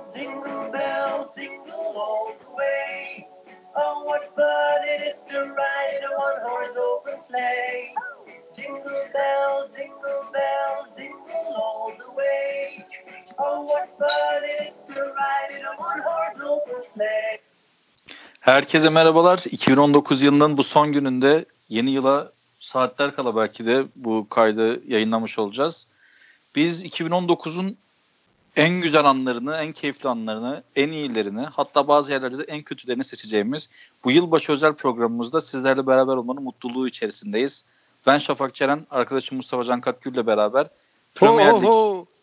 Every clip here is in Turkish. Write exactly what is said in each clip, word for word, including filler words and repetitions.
Jingle bells, jingle all the way. Oh, what fun it is to ride in a one-horse open sleigh. Jingle bells, jingle bells, jingle all the way. Oh, what fun it is to ride in a one-horse open sleigh. Herkese merhabalar. iki bin on dokuz yılının bu son gününde yeni yıla saatler kala belki de bu kaydı yayınlamış olacağız. Biz iki bin on dokuzun en güzel anlarını, en keyifli anlarını, en iyilerini, hatta bazı yerlerde de en kötülerini seçeceğimiz bu yılbaşı özel programımızda sizlerle beraber olmanın mutluluğu içerisindeyiz. Ben Şafak Çeren, arkadaşım Mustafa Can Katgül ile beraber Premier Lig...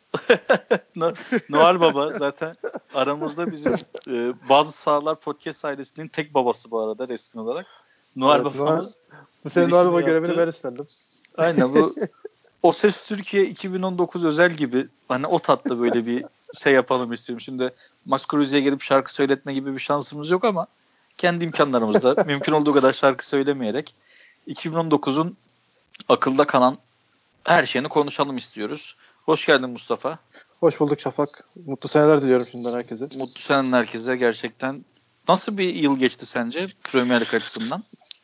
Noel Baba zaten aramızda bizim e, bazı sahalar podcast ailesinin tek babası bu arada resmi olarak. Noel evet, Babamız. Noel, bu sene Noel Baba görevini ben üstlendim. Aynen bu O Ses Türkiye iki bin on dokuz özel gibi hani o tatlı böyle bir şey yapalım istiyorum. Şimdi Maskoruz'ya gelip şarkı söyletme gibi bir şansımız yok ama kendi imkanlarımızda mümkün olduğu kadar şarkı söylemeyerek iki bin on dokuzun akılda kalan her şeyini konuşalım istiyoruz. Hoş geldin Mustafa. Hoş bulduk Şafak. Mutlu seneler diliyorum şimdiden herkese. Mutlu seneler herkese gerçekten. Nasıl bir yıl geçti sence Premier Lig açısından?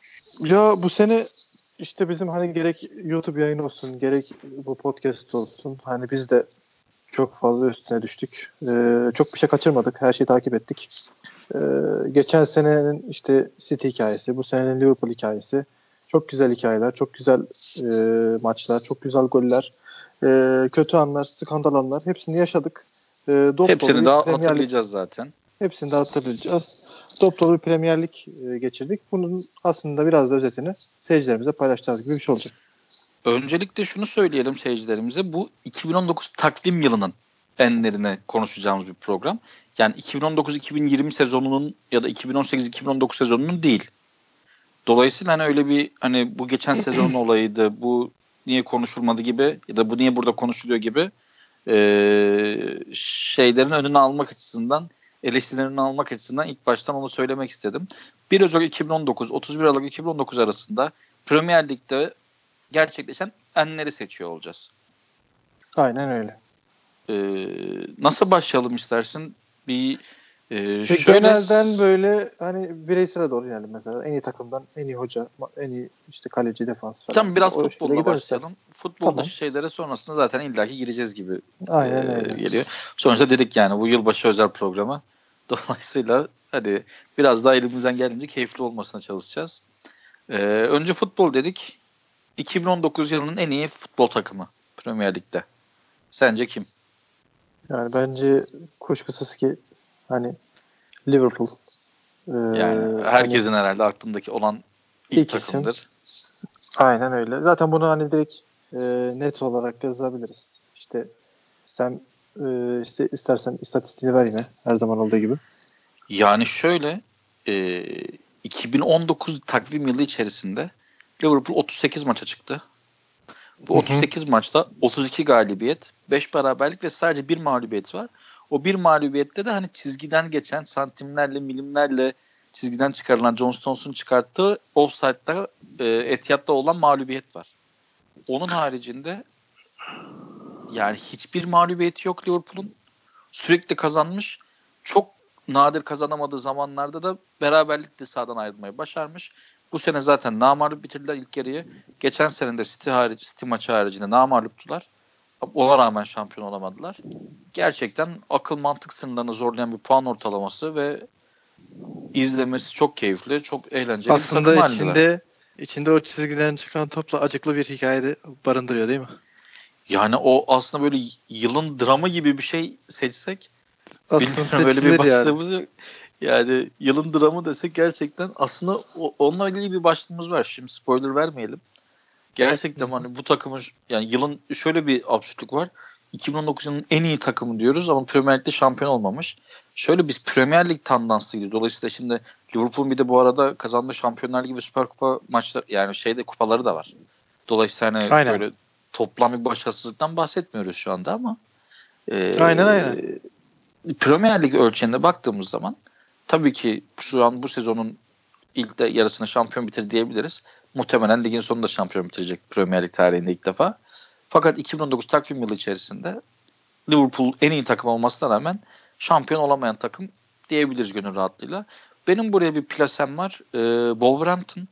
Ya bu sene işte bizim hani gerek YouTube yayını olsun, gerek bu podcast olsun. Hani biz de çok fazla üstüne düştük. Ee, çok bir şey kaçırmadık. Her şeyi takip ettik. Ee, geçen senenin işte City hikayesi, bu senenin Liverpool hikayesi. Çok güzel hikayeler, çok güzel e, maçlar, çok güzel goller. E, kötü anlar, skandal anlar hepsini yaşadık. E, dop Hepsini daha hatırlayacağız zaten. Hepsini daha hatırlayacağız. Dop dolu bir Premier Lig e, geçirdik. Bunun aslında biraz da özetini seyircilerimize paylaşacağız gibi bir şey olacak. Öncelikle şunu söyleyelim seyircilerimize. Bu iki bin on dokuz takvim yılının enlerine konuşacağımız bir program. Yani iki bin on dokuz iki bin yirmi sezonunun ya da iki bin on sekiz iki bin on dokuz sezonunun değil. Dolayısıyla hani öyle bir hani bu geçen sezonun olayıydı, bu niye konuşulmadı gibi ya da bu niye burada konuşuluyor gibi e, şeylerin önünü almak açısından, eleştirilerini almak açısından ilk baştan onu söylemek istedim. bir Ocak iki bin on dokuz otuz bir Aralık iki bin on dokuz arasında Premier Lig'de gerçekleşen enleri seçiyor olacağız. Aynen öyle. Ee, nasıl başlayalım istersin? Bir e, işte şöyle... Genelden böyle hani bireysele doğru yani mesela en iyi takımdan en iyi hoca, en iyi işte kaleci, defans falan. Tamam biraz o futbolla başlayalım. Ister. Futbol tamam. dışı şeylere sonrasında zaten illaki gireceğiz gibi Aynen e, öyle. geliyor. Sonuçta dedik yani bu yılbaşı özel programı. Dolayısıyla hadi biraz daha elimizden geldiğince keyifli olmasına çalışacağız. Ee, önce futbol dedik. iki bin on dokuz yılının en iyi futbol takımı Premier Lig'de. Sence kim? Yani bence kuşkusuz ki hani Liverpool. Ee, Yani herkesin hani herhalde aklındaki olan ilk, ilk takımdır. Isim. Aynen öyle. Zaten bunu hani direkt e, net olarak yazabiliriz. İşte sen e, işte istersen istatistiğini ver yine her zaman olduğu gibi. Yani şöyle e, iki bin on dokuz takvim yılı içerisinde Liverpool otuz sekiz maça çıktı. Bu otuz sekiz hı hı. maçta otuz iki galibiyet, beş beraberlik ve sadece bir mağlubiyet var. O bir mağlubiyette de hani çizgiden geçen santimlerle, milimlerle çizgiden çıkarılan John Stones'un çıkarttığı offside'da e, Etihad'da olan mağlubiyet var. Onun haricinde yani hiçbir mağlubiyeti yok Liverpool'un. Sürekli kazanmış. Çok nadir kazanamadığı zamanlarda da beraberlikle sahadan ayrılmayı başarmış. Bu sene zaten namağlup bitirdiler ilk yarıyı. Geçen sene de City, harici, City maçı haricinde namağluptular. Ona rağmen şampiyon olamadılar. Gerçekten akıl mantık sınırlarını zorlayan bir puan ortalaması ve izlemesi çok keyifli, çok eğlenceli aslında bir takım halinde. Aslında içinde o çizgiden çıkan topla acıklı bir hikayede barındırıyor değil mi? Yani o aslında böyle yılın dramı gibi bir şey seçsek aslında böyle bir başlığımız yani. yok. Yani yılın dramı desek gerçekten aslında o, onunla ilgili bir başlığımız var. Şimdi spoiler vermeyelim. Gerçekten Hı-hı. hani bu takımın yani yılın şöyle bir absürtlük var. iki bin on dokuz yılının en iyi takımı diyoruz ama Premier Lig'de şampiyon olmamış. Şöyle biz Premier Lig tandanslıyız. Dolayısıyla şimdi Liverpool'un bir de bu arada kazandığı Şampiyonlar Ligi ve Süper Kupa maçları yani şeyde kupaları da var. Dolayısıyla hani Aynen. böyle toplam bir başarısızlıktan bahsetmiyoruz şu anda ama e, aynen aynen. Premier Lig ölçeğinde baktığımız zaman tabii ki şu an bu sezonun ilk de yarısını şampiyon bitir diyebiliriz. Muhtemelen ligin sonunda şampiyon bitirecek Premier Lig tarihinde ilk defa. Fakat iki bin on dokuz takvim yılı içerisinde Liverpool en iyi takım olmasına rağmen şampiyon olamayan takım diyebiliriz gönül rahatlığıyla. Benim buraya bir plasem var. Ee, Wolverhampton.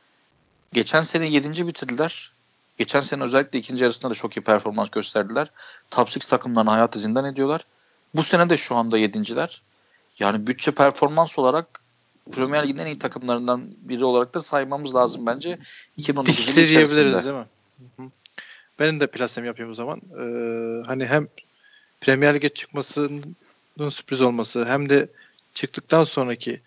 Geçen sene yedinci bitirdiler. Geçen sene özellikle ikinci yarısında da çok iyi performans gösterdiler. Top altı takımlarını hayatı zindan ediyorlar. Bu sene de şu anda yedinciler. Yani bütçe performans olarak Premier Lig'in en iyi takımlarından biri olarak da saymamız lazım bence. iki bin on dokuz yılı Dişli içerisinde. diyebiliriz değil mi? Hı hı. Benim de plasem yapayım o zaman. Ee, hani hem Premier Lig'e çıkmasının sürpriz olması hem de çıktıktan sonraki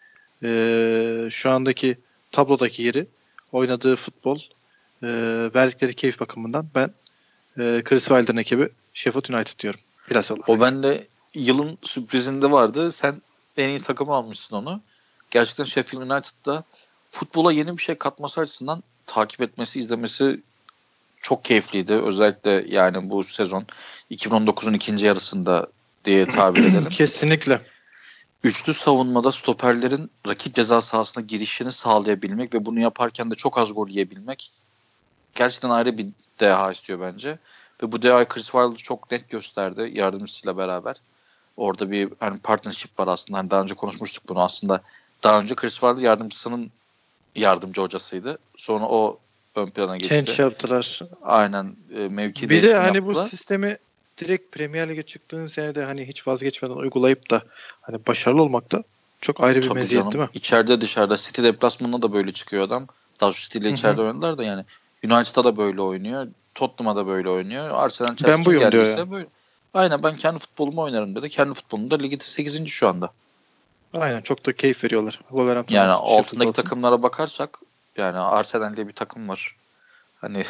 e, şu andaki tablodaki yeri, oynadığı futbol, e, verdikleri keyif bakımından ben e, Chris Wilder'ın ekibi Sheffield United diyorum. Plase olarak. O bende yılın sürprizinde vardı. Sen en iyi takımı almışsın onu. Gerçekten Sheffield United'da futbola yeni bir şey katması açısından takip etmesi, izlemesi çok keyifliydi. Özellikle yani bu sezon iki bin on dokuzun ikinci yarısında diye tabir edelim. Kesinlikle. Üçlü savunmada stoperlerin rakip ceza sahasına girişini sağlayabilmek ve bunu yaparken de çok az gol yiyebilmek gerçekten ayrı bir deha istiyor bence. Ve bu dehayı Chris Wilder çok net gösterdi yardımcısıyla beraber. Orada bir hani partnership var aslında. Hani daha önce konuşmuştuk bunu aslında. Daha önce Chris Wilder yardımcısının yardımcı hocasıydı. Sonra o ön plana geçti. Change yaptılar. Aynen e, mevki Bir de değişimi hani yaptılar. bu sistemi direkt Premier Lig'e çıktığın senede hani hiç vazgeçmeden uygulayıp da hani başarılı olmak da çok ayrı bir Tabii meziyet canım. değil mi? İçeride dışarıda City deplasmanına da böyle çıkıyor adam. Daha City ile içeride oynadılar da yani United'a da böyle oynuyor. Tottenham'a da böyle oynuyor. Arsenal Chelsea Ben kim buyum diyor geldiyse yani. böyle. Aynen ben kendi futbolumu oynarım dedi. Kendi futbolunda ligde sekizinci şu anda. Aynen çok da keyif veriyorlar. Wolverhampton Yani olsun, Sheffield altındaki olsun. takımlara bakarsak yani Arsenal diye bir takım var. Hani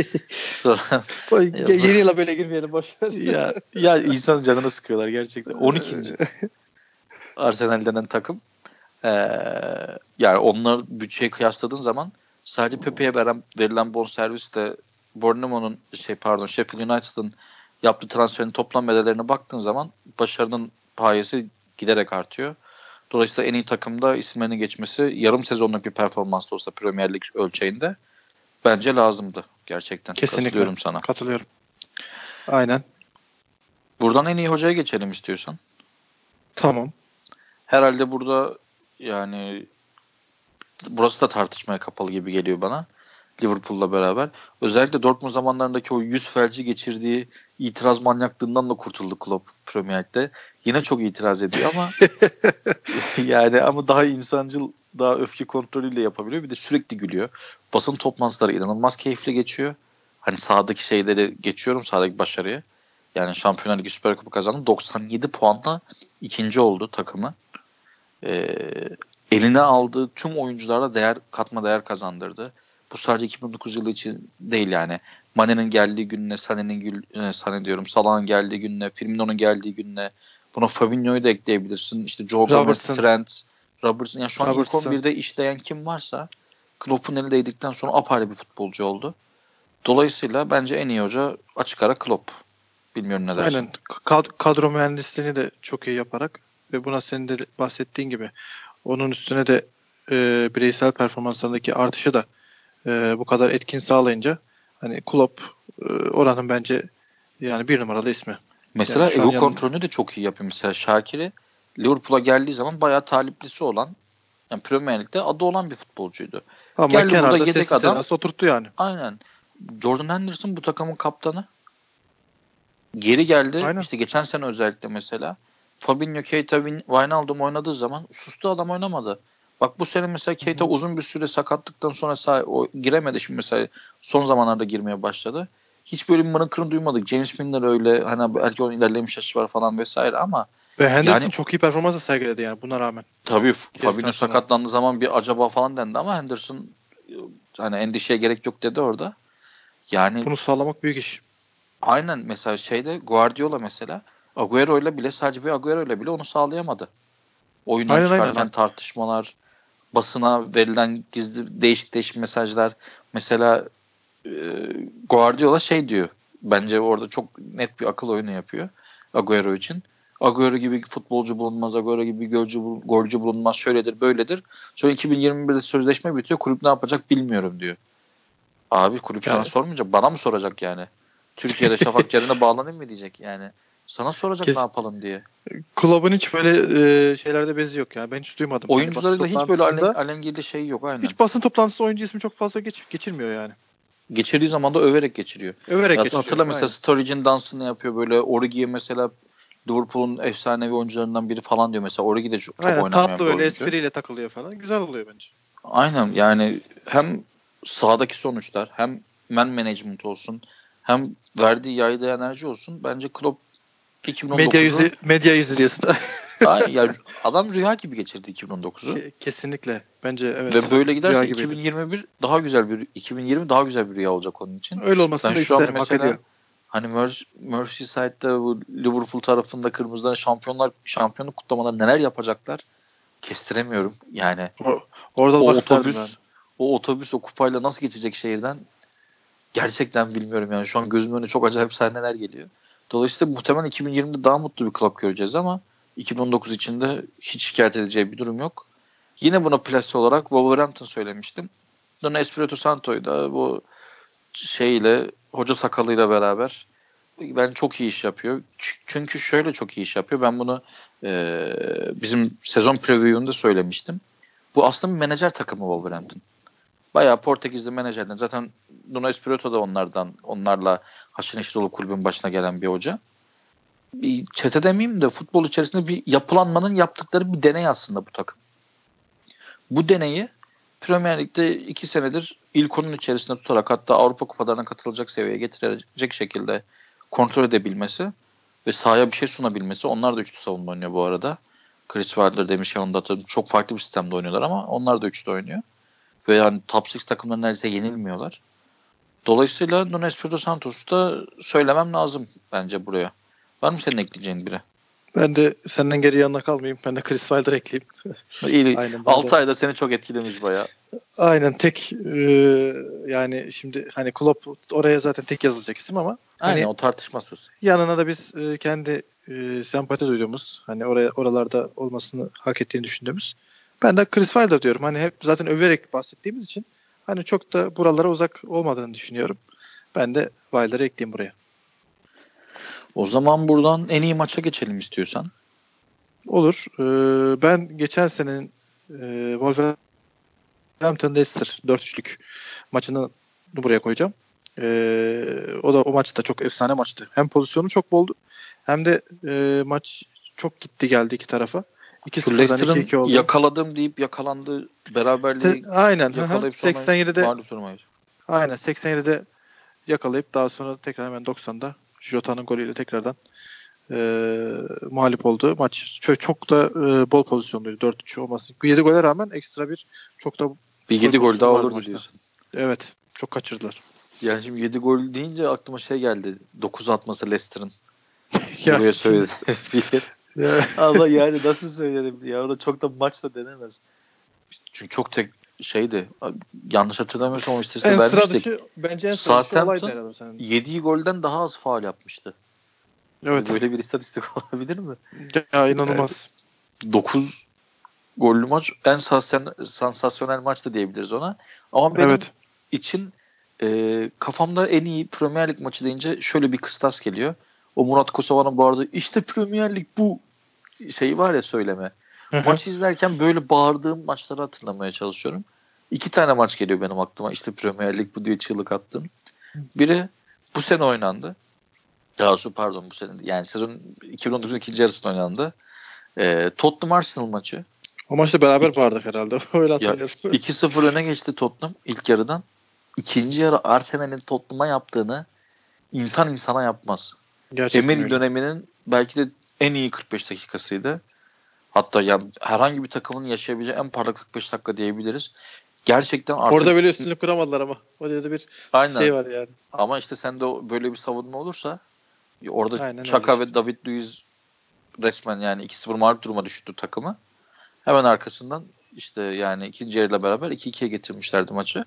sonra Yeni yıla böyle girmeyelim boşver. ya ya insanın canını sıkıyorlar gerçekten. on ikinci Arsenal denen takım. Ee, yani onlar bütçeyi kıyasladığın zaman sadece Pepe'ye veren, verilen bonservisle Bournemouth'un şey pardon Sheffield United'ın yaptığı transferin toplam bedellerine baktığın zaman başarının payesi giderek artıyor. Dolayısıyla en iyi takımda isimlerinin geçmesi yarım sezonluk bir performans da olsa Premier Lig ölçeğinde bence lazımdı. Gerçekten. Kesinlikle. Katılıyorum sana. Katılıyorum. Aynen. Buradan en iyi hocaya geçelim istiyorsan. Tamam. Herhalde burada yani burası da tartışmaya kapalı gibi geliyor bana. Liverpool'la beraber. Özellikle Dortmund zamanlarındaki o yüz felci geçirdiği itiraz manyaklığından da kurtuldu Klopp Premier Lig'de. Yine çok itiraz ediyor ama yani ama daha insancıl, daha öfke kontrolüyle yapabiliyor. Bir de sürekli gülüyor. Basın toplantıları inanılmaz keyifli geçiyor. Hani sahadaki şeyleri geçiyorum, sahadaki başarıyı. Yani Şampiyonlar Ligi Süper Kupa kazandı. doksan yedi puanla ikinci oldu takımı. Ee, eline aldığı tüm oyunculara değer katma değer kazandırdı. Bu sadece iki bin on dokuz yılı için değil yani. Mane'nin geldiği gününe, Sané'nin e, Sané diyorum, Salah'ın geldiği gününe, Firmino'nun geldiği gününe, buna Fabinho'yu da ekleyebilirsin. İşte Joe Gomez, Robertson. Trent, Robertson. Yani şu an Robertson. ilk on birde işleyen kim varsa Klopp'un eli değdikten sonra apayrı bir futbolcu oldu. Dolayısıyla bence en iyi hoca açık ara Klopp. Bilmiyorum ne dersin. Aynen. Kad- kadro mühendisliğini de çok iyi yaparak ve buna senin de bahsettiğin gibi onun üstüne de e, bireysel performanslarındaki artışı da e, bu kadar etkin sağlayınca hani Klopp e, oranın bence yani bir numaralı ismi. Mesela Yani şu an ego yanında. kontrolünü de çok iyi yapıyor. Mesela Şakir'i Liverpool'a geldiği zaman bayağı taliplisi olan, yani Premier Lig'de adı olan bir futbolcuydu. Ama Geldi burada kenarda yedek sessiz adam. sedasız oturttu yani. Aynen. Jordan Henderson bu takımın kaptanı. Geri geldi. Aynen. İşte geçen sene özellikle mesela Fabinho, Keita, Win- Wijnaldum oynadığı zaman sustu, adam oynamadı. Bak bu sene mesela Keita Hı-hı. uzun bir süre sakatlıktan sonra sah- o giremedi. Şimdi mesela son zamanlarda girmeye başladı. Hiç böyle bir mırın kırın duymadık. James Milner öyle, hani belki onun ilerlemiş yaşı var falan vesaire ama Ve Henderson yani çok iyi performans da sergiledi yani buna rağmen. tabii Girdikten Fabinho sonra. sakatlandığı zaman bir acaba falan dendi ama Henderson hani endişeye gerek yok dedi orada. Yani Bunu sağlamak büyük iş. aynen mesela şeyde Guardiola mesela Agüero'yla bile, sadece bir Agüero'yla bile onu sağlayamadı. Oyundan Aynen aynen. çıkarken tartışmalar, basına verilen gizli değişik değişik mesajlar. Mesela e, Guardiola şey diyor. Bence orada çok net bir akıl oyunu yapıyor Agüero için. Agüero gibi futbolcu bulunmaz, Agüero gibi golcü, golcü bulunmaz, şöyledir, böyledir. Sonra iki bin yirmi birde sözleşme bitiyor. Kulüp ne yapacak bilmiyorum diyor. Abi kulüp sana Yani sormayacak. Bana mı soracak yani? Türkiye'de Şafak Ceren'e bağlanayım mı diyecek yani. Sana soracak Kes- ne yapalım diye. Kulübün hiç böyle e, şeylerde bezi yok ya. Ben hiç duymadım. Oyuncularıyla hani hiç böyle alen, toplantısında- alengirli şey yok aynen. Hiç basın toplantısında oyuncu ismi çok fazla geç, geçirmiyor yani. Geçirdiği zaman da överek geçiriyor. Överek Ya geçiriyor. hatırla mesela Aynen. Sturridge'in dansını yapıyor böyle. Origi'ye mesela Liverpool'un efsanevi oyuncularından biri falan diyor mesela. Origi de çok, çok Aynen oynamayan tatlı bir böyle oyuncu. espriyle takılıyor falan. Güzel oluyor bence. Aynen yani hem sahadaki sonuçlar hem man management olsun hem verdiği yaydığı enerji olsun. Bence Klopp Medya iki bin on dokuzu yüzü medya yüzü diyorsun. Ay, ya adam rüya gibi geçirdi iki bin on dokuzu. Ke- kesinlikle. Bence evet. Ve böyle Rüya giderse gibiydi. iki bin yirmi bir daha güzel bir iki bin yirmi daha güzel bir rüya olacak onun için. Öyle olmasını Ben da şu an isterim. Hak ediyor. mesela hani Mer- Merseyside'da bu Liverpool tarafında kırmızıların şampiyonlar şampiyonluk kutlamaları neler yapacaklar kestiremiyorum. Yani O- Orada o olmak isterdim yani. otobüs o otobüs o kupayla nasıl geçecek şehirden gerçekten bilmiyorum yani. Şu an gözümün önüne çok acayip sahneler geliyor. Dolayısıyla muhtemelen iki bin yirmide daha mutlu bir kulüp göreceğiz ama iki bin on dokuz içinde hiç şikayet edeceği bir durum yok. Yine buna plase olarak Wolverhampton söylemiştim. Don Espirito Santo'yu da bu şeyle hoca sakalıyla beraber ben çok iyi iş yapıyor. Çünkü şöyle çok iyi iş yapıyor. Ben bunu e, bizim sezon preview'unda söylemiştim. Bu aslında bir menajer takımı Wolverhampton. Bayağı Portekizli menajerler. Zaten Nuno Espirito da onlardan, onlarla haşır neşir olup kulübün başına gelen bir hoca. Bir çete demeyeyim de futbol içerisinde bir yapılanmanın yaptıkları bir deney aslında bu takım. Bu deneyi Premier Lig'de iki senedir ilk onun içerisinde tutarak hatta Avrupa Kupalarına katılacak seviyeye getirecek şekilde kontrol edebilmesi ve sahaya bir şey sunabilmesi. Onlar da üçlü savunma oynuyor bu arada. Chris Wilder demişken onu da hatırladım. Çok farklı bir sistemde oynuyorlar ama onlar da üçlü oynuyor. Ve yani top altı takımları neredeyse yenilmiyorlar. Dolayısıyla Nuno Espirito Santos'u da söylemem lazım bence buraya. Var mı senin ekleyeceğin biri? Ben de senden geri yanına kalmayayım. Ben de Chris Wilder ekleyeyim. İyi. Aynen ben altı de. ayda seni çok etkilemiş bayağı. Aynen tek e, yani şimdi hani Klopp oraya zaten tek yazılacak isim ama Aynen hani o tartışmasız. yanına da biz e, kendi e, sempati duyduğumuz hani oraya oralarda olmasını hak ettiğini düşündüğümüz. Ben de Chris Wilder diyorum. Hani hep zaten överek bahsettiğimiz için hani çok da buralara uzak olmadığını düşünüyorum. Ben de Wilder'ı ekleyeyim buraya. O zaman buradan en iyi maça geçelim istiyorsan. Olur. Ee, ben geçen senenin e, Wolverhampton Leicester dört üçlük maçını buraya koyacağım. Ee, o da o maçta çok efsane maçtı. Hem pozisyonu çok boldu hem de e, maç çok gitti geldi iki tarafa. iki Şu sıfırdan iki Leicester'ın iki oldu. yakaladım deyip yakalandığı İşte beraberliği aynen hı hı. yakalayıp sonra seksen yedide mağlup durmayız. aynen seksen yedide yakalayıp daha sonra tekrar hemen doksanda Jota'nın golüyle tekrardan e, mağlup oldu. Maç çok, çok da e, bol pozisyonluydu. dört üç olması. yedi gole rağmen ekstra bir çok da Bir gol yedi gol daha pozisyonu vardı olurdu maçta. diyorsun. Evet. Çok kaçırdılar. Yani şimdi yedi gol deyince aklıma şey geldi. dokuz atması Leicester'ın. Ya Buraya şimdi söylenebilir. ya, Ama yani nasıl söylerim ya. O da çok da maçla denemez. Çünkü çok tek şeydi. Yanlış hatırlamıyorsam o istatistik en sıra vermiştik. dışı bence en sıra dışı olaydı Southampton herhalde senin. yediği golden daha az faul yapmıştı. Hani Evet. böyle bir istatistik olabilir mi? Ya Yani inanılmaz. dokuz gollü maç en sansen- sansasyonel maç da diyebiliriz ona. Ama benim Evet. için e, kafamda en iyi Premier Lig maçı deyince şöyle bir kıstas geliyor. O Murat Kosova'nın bu arada işte Premier Lig bu şeyi var ya söyleme. Hı hı. Maçı izlerken böyle bağırdığım maçları hatırlamaya çalışıyorum. İki tane maç geliyor benim aklıma. İşte Premier Lig bu diye çığlık attım. Biri bu sene oynandı. Daha doğrusu pardon bu sene yani sezon iki bin on dokuzun ikinci yarısında oynandı. E, Tottenham Arsenal maçı. O maçta beraber bağırdık herhalde. Öyle Ya hatırlıyorum. iki sıfır öne geçti Tottenham ilk yarıdan. İkinci yarı Arsenal'in Tottenham'a yaptığını insan insana yapmaz. Gerçekten Emery öyle. döneminin belki de en iyi kırk beş dakikasıydı. Hatta ya herhangi bir takımın yaşayabileceği en parlak kırk beş dakika diyebiliriz. Gerçekten artık Orada böyle üstünlük kuramadılar ama. Orada da bir aynen şey var yani. ama işte sende o- böyle bir savunma olursa orada Aynen öyle Chaka işte. ve David Luiz resmen yani iki sıfır mağlup duruma düştü takımı. Hemen arkasından işte yani ikinci yarıyla beraber iki ikiye getirmişlerdi maçı.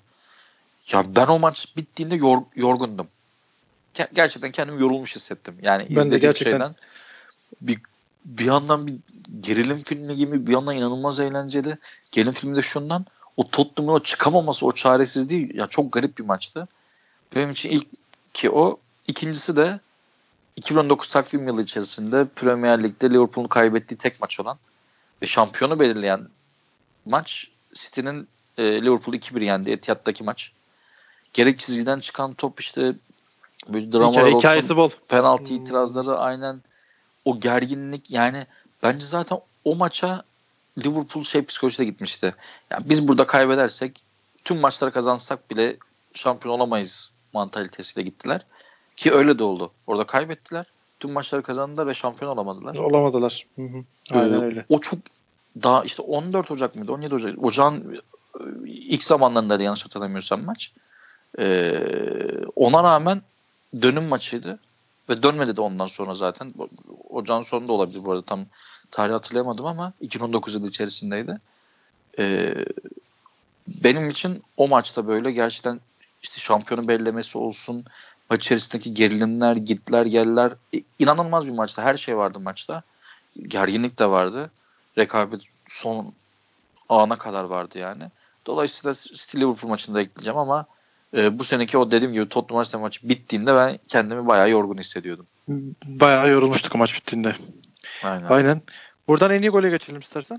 Ya ben o maç bittiğinde yor, yorgundum. Ger- gerçekten kendimi yorulmuş hissettim. Yani Ben de izlediğim gerçekten şeyden bir bir yandan bir gerilim filmi gibi bir yandan inanılmaz eğlenceli. Gerilim filmi de şundan o Tottenham'ın o çıkamaması, o çaresizliği ya çok garip bir maçtı. Benim için ilk ki o. İkincisi de iki bin on dokuz takvim yılı içerisinde Premier Lig'de Liverpool'un kaybettiği tek maç olan ve şampiyonu belirleyen maç City'nin e, Liverpool'u iki bir yendiği Etihad'daki maç. Gerek çizgiden çıkan top işte böyle dramalar olsun, bol. penaltı Hmm. itirazları, aynen o gerginlik, yani bence zaten o maça Liverpool şey psikolojide gitmişti. Yani biz burada kaybedersek tüm maçları kazansak bile şampiyon olamayız mantalitesiyle gittiler. Ki öyle de oldu. Orada kaybettiler. Tüm maçları kazandılar ve şampiyon olamadılar. Olamadılar. Hı hı. Aynen Ee, öyle. O çok daha işte on dört Ocak mıydı? on yedi Ocak. Ocağın ilk zamanlarında yanlış hatırlamıyorsam maç. Ee, ona rağmen dönüm maçıydı. Ve dönmedi de ondan sonra zaten. Ocağın sonunda olabilir bu arada. Tam tarihi hatırlayamadım ama iki bin on dokuz yılı içerisindeydi. Ee, benim için o maçta böyle gerçekten işte şampiyonu belirlemesi olsun, maç içerisindeki gerilimler, gitler, geller, e, inanılmaz bir maçtı. Her şey vardı maçta. Gerginlik de vardı. Rekabet son ana kadar vardı yani. Dolayısıyla City Liverpool maçını da ekleyeceğim ama e, bu seneki o dediğim gibi Tottenham Arsenal maçı bittiğinde ben kendimi bayağı yorgun hissediyordum. Bayağı yorulmuştuk o maç bittiğinde. Aynen. Aynen. Buradan en iyi gole geçelim istersen.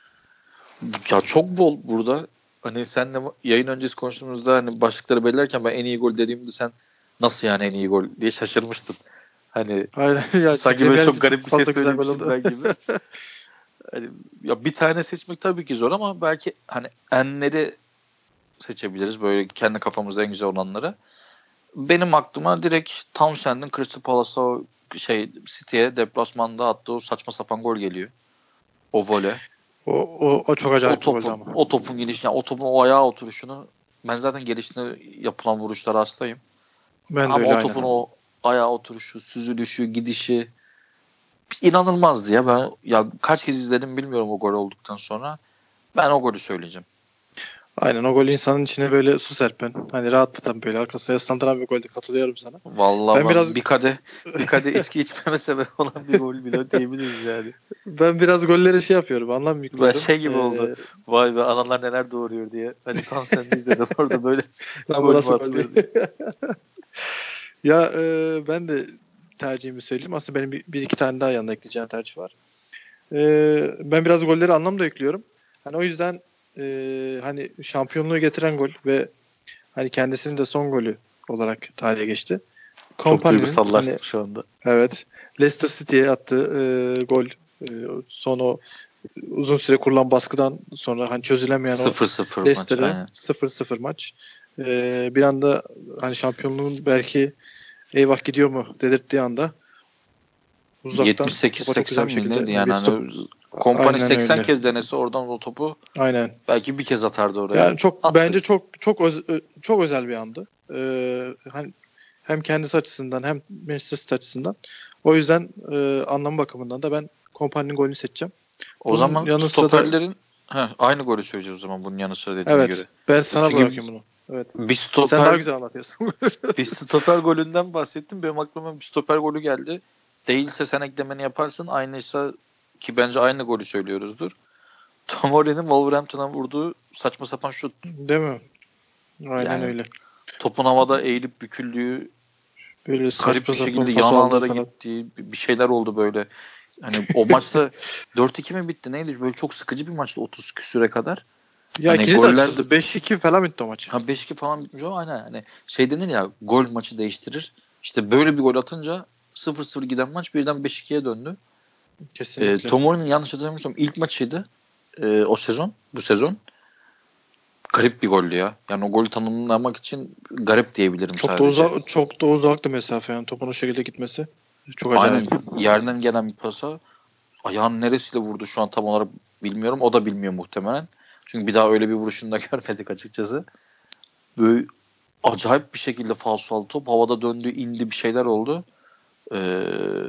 Ya çok bol burada. Hani senle yayın öncesi konuştuğumuzda hani başlıkları belirlerken ben en iyi gol dediğimde sen nasıl yani en iyi gol diye şaşırmıştın. Hani Aynen. Ya, sanki böyle çok garip çok bir şey fazla güzel gol söylemişim oldu. ben gibi. Hani, ya bir tane seçmek tabii ki zor ama belki hani enleri seçebiliriz. Böyle kendi kafamızda en güzel olanları. Benim aklıma direkt Townsend'in Crystal Palace'a şey City'ye deplasmanda attığı o saçma sapan gol geliyor. O voley. O, o, o çok O acayip bir goldü topun ama. o topun geliş yani o topun o ayağa oturuşunu ben zaten gelişine yapılan vuruşlara hastayım. Ben de Ama öyle o aynen. topun o ayağa oturuşu, süzülüşü, gidişi inanılmazdı ya. Ben ya kaç kez izledim bilmiyorum o gol olduktan sonra. Ben o golü söyleyeceğim. Aynen o gol insanın içine böyle su serpen. Hani rahatlatan böyle arkasına yaslandıran bir goldü. Katılıyorum sana. Vallahi Ben ben biraz bir kadeh bir kadeh içki içmeme sebep olan bir gol bile diyebiliriz yani. ben biraz gollere şey yapıyorum. Anlam Ben yüklüyorum. şey gibi oldu. Ee, Vay be analar neler doğuruyor diye. Hani tam sen izledin orada böyle lan bu gol mü nasıl gol atılır diye. diye. Ya e, ben de tercihimi söyleyeyim. Aslında benim bir, bir iki tane daha yanına ekleyeceğim tercih var. E, ben biraz golleri anlam da ekliyorum. Hani o yüzden e, hani şampiyonluğu getiren gol ve hani kendisinin de son golü olarak tarihe geçti. Çok Kompany'nin hani duygusallaştım şu anda. evet Leicester City'ye attığı e, gol e, son o uzun süre kurulan baskıdan sonra hani çözülemeyen o sıfır sıfır maç Leicester'ı aynen. sıfır sıfır maç. E, bir anda hani şampiyonluğun belki eyvah gidiyor mu dedirttiği anda uzaktan yetmiş sekiz topa çok güzel seksen bir mi şekilde neydi hani bir yani stop. hani Kompany Aynen seksen öyle. kez denese oradan o topu Aynen. belki bir kez atardı oraya. Yani çok Attı. bence çok çok öz, çok özel bir andı. Ee, hani hem kendisi açısından hem Manchester City açısından. O yüzden e, anlam bakımından da ben Kompany'nin golünü seçeceğim. O Bunun zaman yanı sıra da stoperlerin heh, aynı golü söyleyeceğiz o zaman bunun yanı sıra dediğine evet göre. ben sana Çünkü bırakıyorum bunu. Evet. bir Sen daha stoper güzel anlatıyorsun. bir stoper golünden bahsettim. Benim aklıma bir stoper golü geldi. Değilse sen eklemeni yaparsın. Aynıysa ki bence aynı golü söylüyoruzdur. Tomori'nin Wolverhampton'a vurduğu saçma sapan şut. Değil mi? Aynen Yani öyle. topun havada eğilip büküldüğü, Böyle garip saçma bir sapan şekilde pas yan aldığı ağlara falan. gittiği bir şeyler oldu böyle. Hani o maçta dört iki mi bitti neydi? Böyle çok sıkıcı bir maçtı otuz küsüre kadar. Ya Hani kilit goller açıldı. beş iki falan bitti o maç. ha beş iki falan bitmiş ama aynen hani şey denir ya gol maçı değiştirir. İşte böyle bir gol atınca sıfır sıfır giden maç birden beş ikiye döndü. E, Kesinlikle. Tomori'nin yanlış hatırlamıyorsam ilk maçıydı e, o sezon, bu sezon. Garip bir goldü ya. Yani o golü tanımlamak için garip diyebilirim Çok da sadece. uzak çok da uzaktı mesafe yani topun o şekilde gitmesi. Çok Aynen acayip. yerden gelen bir pasa ayağın neresiyle vurdu şu an tam olarak bilmiyorum. O da bilmiyor muhtemelen. Çünkü bir daha öyle bir vuruşunu da görmedik açıkçası. Böyle acayip bir şekilde falso aldı top. Havada döndü, indi bir şeyler oldu. Ee,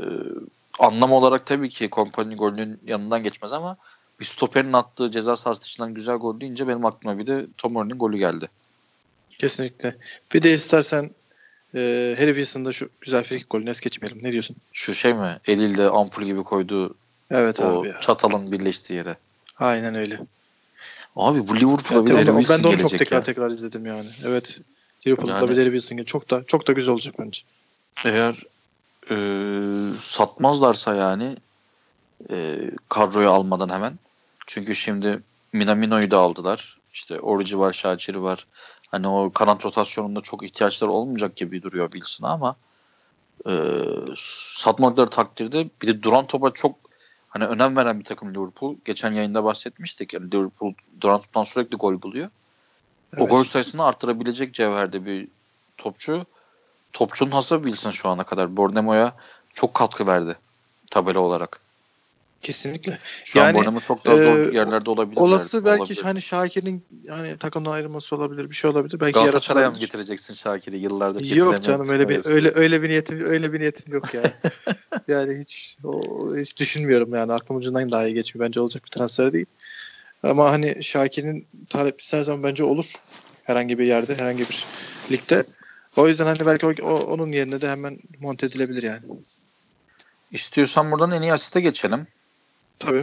anlam olarak tabii ki Kompany golünün yanından geçmez ama bir stoperin attığı ceza sahası dışından güzel gol deyince benim aklıma bir de Tomori'nin golü geldi. Kesinlikle. Bir de istersen e, Harry Wilson'da şu güzel frikik golünü es geçmeyelim. Ne diyorsun? Şu şey mi? Eliyle ampul gibi koyduğu Evet o abi ya. çatalın birleştiği yere. Aynen öyle. Abi bu Liverpool'a Yani bir te- de Harry onu, ben Wilson de onu çok gelecek tekrar ya. tekrar izledim yani. Evet. Liverpool'da bir Yani Harry Wilson geliyor. Çok da çok da güzel olacak bence. eğer e, satmazlarsa yani e, kadroyu almadan hemen. Çünkü şimdi Minamino'yu da aldılar. İşte Orucu var, Şakir'i var. Hani o kanat rotasyonunda çok ihtiyaçları olmayacak gibi duruyor Wilson'a ama e, satmadıkları takdirde bir de duran topa çok hani önem veren bir takım Liverpool. Geçen yayında bahsetmiştik. Yani Liverpool duran toptan sürekli gol buluyor. Evet. O gol sayısını arttırabilecek cevherde bir topçu. Topçunun hası Wilson şu ana kadar. Bornemo'ya çok katkı verdi tabela olarak. Kesinlikle. Şu yani, an Bournemouth çok daha zor e, yerlerde olabilirler. Olası belki olabilir. hani Şakir'in hani takımdan ayrılması olabilir, bir şey olabilir. Belki Galatasaray'a mı yaratılabilir. getireceksin Şakir'i? Yıllardır Yok getiremeyen canım, öyle bir tutmayasın. öyle öyle bir niyetim öyle bir niyetim yok ya. Yani hiç o, hiç düşünmüyorum yani, aklım ucundan daha iyi geçmiyor. Bence olacak bir transfer değil. Ama hani Şakir'in taleplisi her zaman bence olur. Herhangi bir yerde, herhangi bir ligde. O yüzden hani belki o, o- onun yerine de hemen monte edilebilir yani. İstiyorsan buradan en iyi asiste geçelim. Tabii.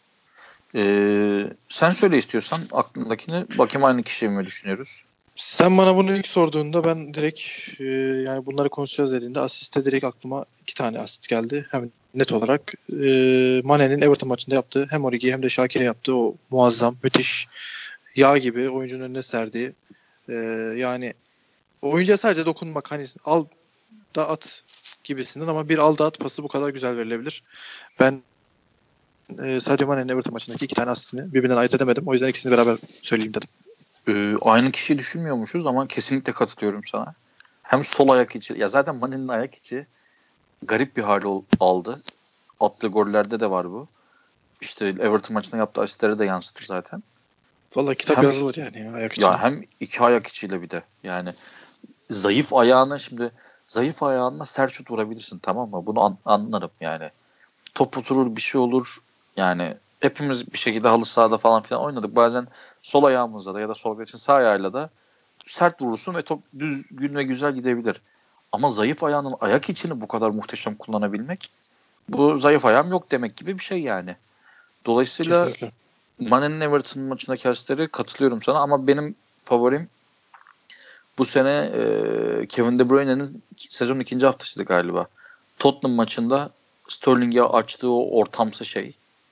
Ee, sen söyle istiyorsan aklındakini. Bakayım aynı kişiyi mi düşünüyoruz? Sen bana bunu ilk sorduğunda ben direkt e, yani bunları konuşacağız dediğinde asiste direkt aklıma iki tane asist geldi. Hem net olarak e, Mane'nin Everton maçında yaptığı, hem Origi hem de Şakir'e yaptığı o muazzam, müthiş, yağ gibi oyuncunun önüne serdiği, e, yani oyuncuya sadece dokunmak, hani al da at gibisinden, ama bir al da at pası bu kadar güzel verilebilir. Ben e, Sadio Mane'nin Everton maçındaki iki tane asistini birbirinden ayırt edemedim. O yüzden ikisini beraber söyleyeyim dedim. Ee, aynı kişiyi düşünmüyormuşuz ama kesinlikle katılıyorum sana. Hem sol ayak içi. Ya zaten Mane'nin ayak içi garip bir hal ol- aldı. Attığı gollerde de var bu. İşte Everton maçında yaptığı asistlere de yansıtır zaten. Vallahi kitap Hem yazılır yani ya, ayak ya içine. hem iki ayak içiyle bir de. Yani zayıf ayağına şimdi zayıf ayağına sert şut vurabilirsin, tamam mı? Bunu an- anlarım yani. Top oturur, bir şey olur. Yani hepimiz bir şekilde halı sahada falan filan oynadık. Bazen sol ayağımızla da ya da sol için sağ ayağıyla da sert vurursun ve top düzgün ve güzel gidebilir. Ama zayıf ayağının ayak içini bu kadar muhteşem kullanabilmek, bu zayıf ayağım yok demek gibi bir şey yani. Dolayısıyla Kesinlikle. Mane'nin Everton maçındaki asistleri katılıyorum sana ama benim favorim bu sene e, Kevin De Bruyne'nin sezon ikinci haftasıydı galiba. Tottenham maçında Sterling'e açtığı o ortamsı şey.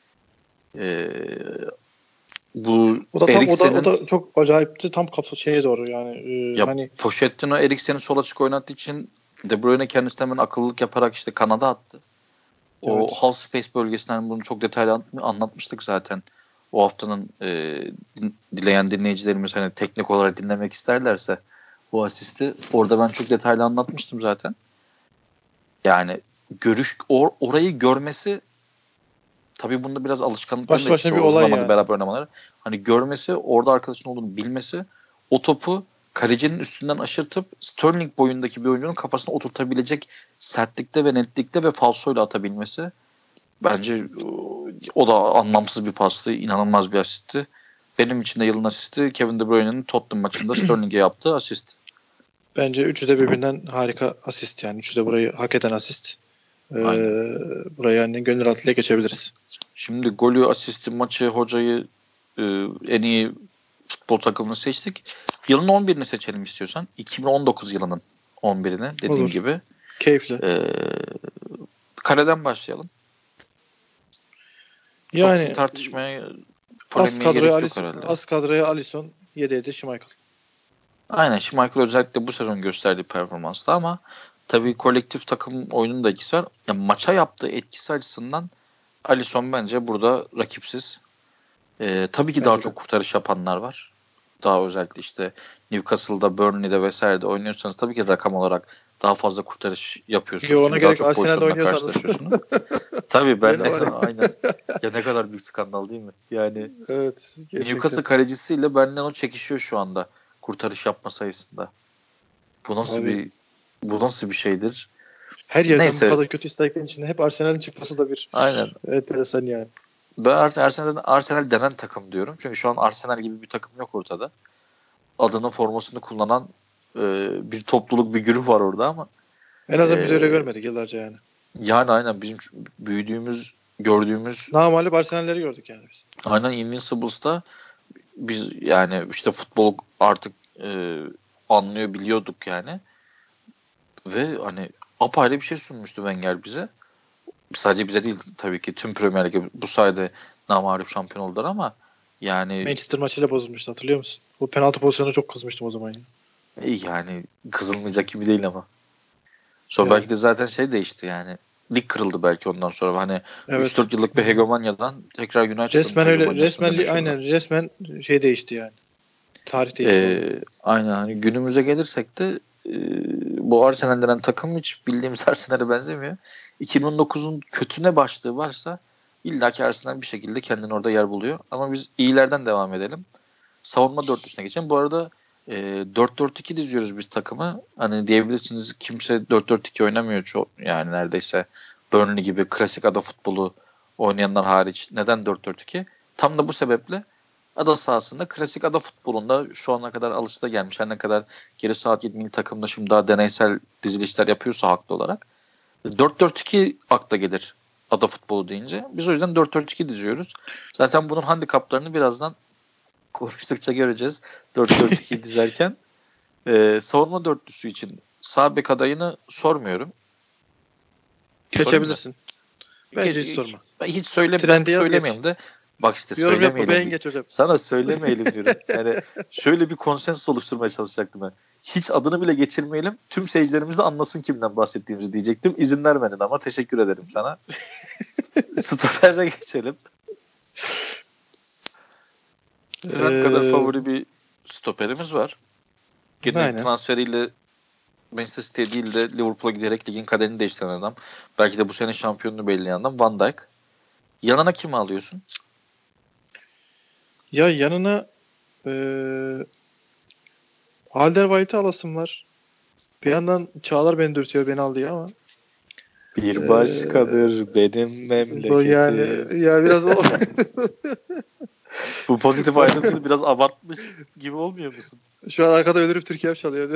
E, bu O da tam o da o Eriksen'in da çok acayipti. Tam kapı şeye doğru yani, e, ya hani Pochettino Eriksen'i sol açık oynattığı için De Bruyne kendisi hemen akıllılık yaparak işte kanada attı. O evet. half space bölgesinden bunu çok detaylı anlatmıştık zaten. O haftanın e, dileyen dinleyicilerimiz hani teknik olarak dinlemek isterlerse bu asisti orada ben çok detaylı anlatmıştım zaten. Yani görüş or, orayı görmesi, tabii bunda biraz alışkanlıkların Baş da etkisi başına bir var. Uzun olay zamandır yani. beraber oynamaları. Hani görmesi, orada arkadaşın olduğunu bilmesi, o topu kalecinin üstünden aşırtıp Sterling boyundaki bir oyuncunun kafasına oturtabilecek sertlikte ve netlikte ve falsoyla atabilmesi, bence o da anlamsız bir pastı. İnanılmaz bir asistti. Benim için de yılın asisti Kevin De Bruyne'nin Tottenham maçında Sterling'e yaptığı asist. Bence üçü de birbirinden harika asist yani. Üçü de burayı hak eden asist. Ee, Aynen. buraya yani gönül rahatlığıyla geçebiliriz. Şimdi golü, asisti, maçı, hocayı, e, en iyi futbol takımını seçtik. Yılın on birini seçelim istiyorsan. iki bin on dokuz yılının on birini dediğim Olur. gibi. Keyifli. E, kaleden başlayalım. Çok bir Yani tartışmaya, az polemiğe kadroya gerek yok Alisson, herhalde. az kadroya Alisson, yedeğe Schmeichel. Aynen. Schmeichel özellikle bu sezon gösterdiği performansta ama tabii kolektif takım oyunun da etkisi var. Ya, maça yaptığı etkisi açısından Alisson bence burada rakipsiz. Ee, tabii ki daha Bence de. çok kurtarış yapanlar var. Daha özellikle işte Newcastle'da, Burnley'de vesairede oynuyorsanız tabii ki rakam olarak daha fazla kurtarış yapıyorsunuz. Yo, ona Çünkü daha gerek yok. çok Arsenal'de pozisyonla oynuyorsanız. karşılaşıyorsunuz. Tabii ben Gene ne var ya. aynen. Ya ne kadar büyük skandal değil mi? Yani Evet. Gerçekten. Newcastle kalecisiyle benden o çekişiyor şu anda kurtarış yapma sayısında. Bu nasıl Abi. bir bu nasıl bir şeydir? Her yerden bu Neyse, kadar kötü istatistiklerin içinde hep Arsenal'in çıkması da bir aynen. enteresan yani. Ben artık Arsenal, Arsenal denen takım diyorum. Çünkü şu an Arsenal gibi bir takım yok ortada. Adını, formasını kullanan e, bir topluluk, bir güruh var orada ama En azından biz e, öyle görmedik yıllarca yani. yani aynen bizim büyüdüğümüz, gördüğümüz Namağlup Arsenal'leri gördük yani biz. aynen Invincibles'ta biz yani işte futbol artık e, anlıyor, biliyorduk yani. Ve hani apayrı bir şey sunmuştu Wenger bize. Sadece bize değil tabii ki tüm Premier Lig'e bu sayede namağlup şampiyon oldular ama yani Manchester maçıyla bozulmuştu, hatırlıyor musun? Bu penaltı pozisyonuna çok kızmıştım o zaman ya. yani kızılmayacak gibi değil ama. Sonra Yani. belki de zaten şey değişti yani. Lig kırıldı belki ondan sonra. Hani Evet. üç dört yıllık bir hegemonyadan tekrar United'ın Resmen öyle, hegemonyasına resmen dönüşüldü. aynen resmen şey değişti yani. Tarih değişti orada. Ee, aynen hani günümüze gelirsek de e, bu Arsenal denen takım hiç bildiğimiz Arsenal'e benzemiyor. iki bin on dokuzun kötüne başlığı varsa illaki Arsenal bir şekilde kendini orada yer buluyor. Ama biz iyilerden devam edelim. Savunma dörtlüsüne geçelim. Bu arada e, dört dört iki diziyoruz biz takımı. Hani diyebilirsiniz kimse dört dört iki oynamıyor çok yani neredeyse Burnley gibi klasik ada futbolu oynayanlar hariç. Neden dört dört iki? Tam da bu sebeple ada sahasında klasik ada futbolunda şu ana kadar alışıla gelmiş. Her ne kadar geri saat yedi milli takımda şimdi daha deneysel dizilişler yapıyorsa haklı olarak. dört dört iki akla gelir ada futbolu deyince. Biz o yüzden dört dört iki diziyoruz. Zaten bunun handikaplarını birazdan konuştukça göreceğiz. dört dört iki dizerken. Ee, savunma dörtlüsü için sağ bek adayını sormuyorum. Geçebilirsin. Sorayım Bence mı? hiç sorma. Ben hiç söyle, Trendi yaz söylemeyelim geç. de bak işte Yorum yapma, söylemeyelim. beğen diye. geç hocam. Sana söylemeyelim diyorum. Yani şöyle bir konsensus oluşturmaya çalışacaktım ben. Hiç adını bile geçirmeyelim. Tüm seyircilerimiz de anlasın kimden bahsettiğimizi diyecektim. İzin vermedin ama teşekkür ederim sana. Stoper'e geçelim. Trent kadar Ee, favori bir stoperimiz var. Gene aynen. transferiyle Manchester City değil de Liverpool'a giderek ligin kaderini değiştiren adam. Belki de bu sene şampiyonluğu belirleyen adam Van Dijk. Yanına kimi alıyorsun? Ya yanına ee, Alderweireld'i alasım var. Bir yandan Çağlar beni dürtüyor, beni al diye ama Bir ee, başkadır benim bu yani memleketim. ya biraz o Bu pozitif ayrımcılığı biraz abartmış gibi olmuyor musun? şu an arkada ölürüp Türkiye çalıyor.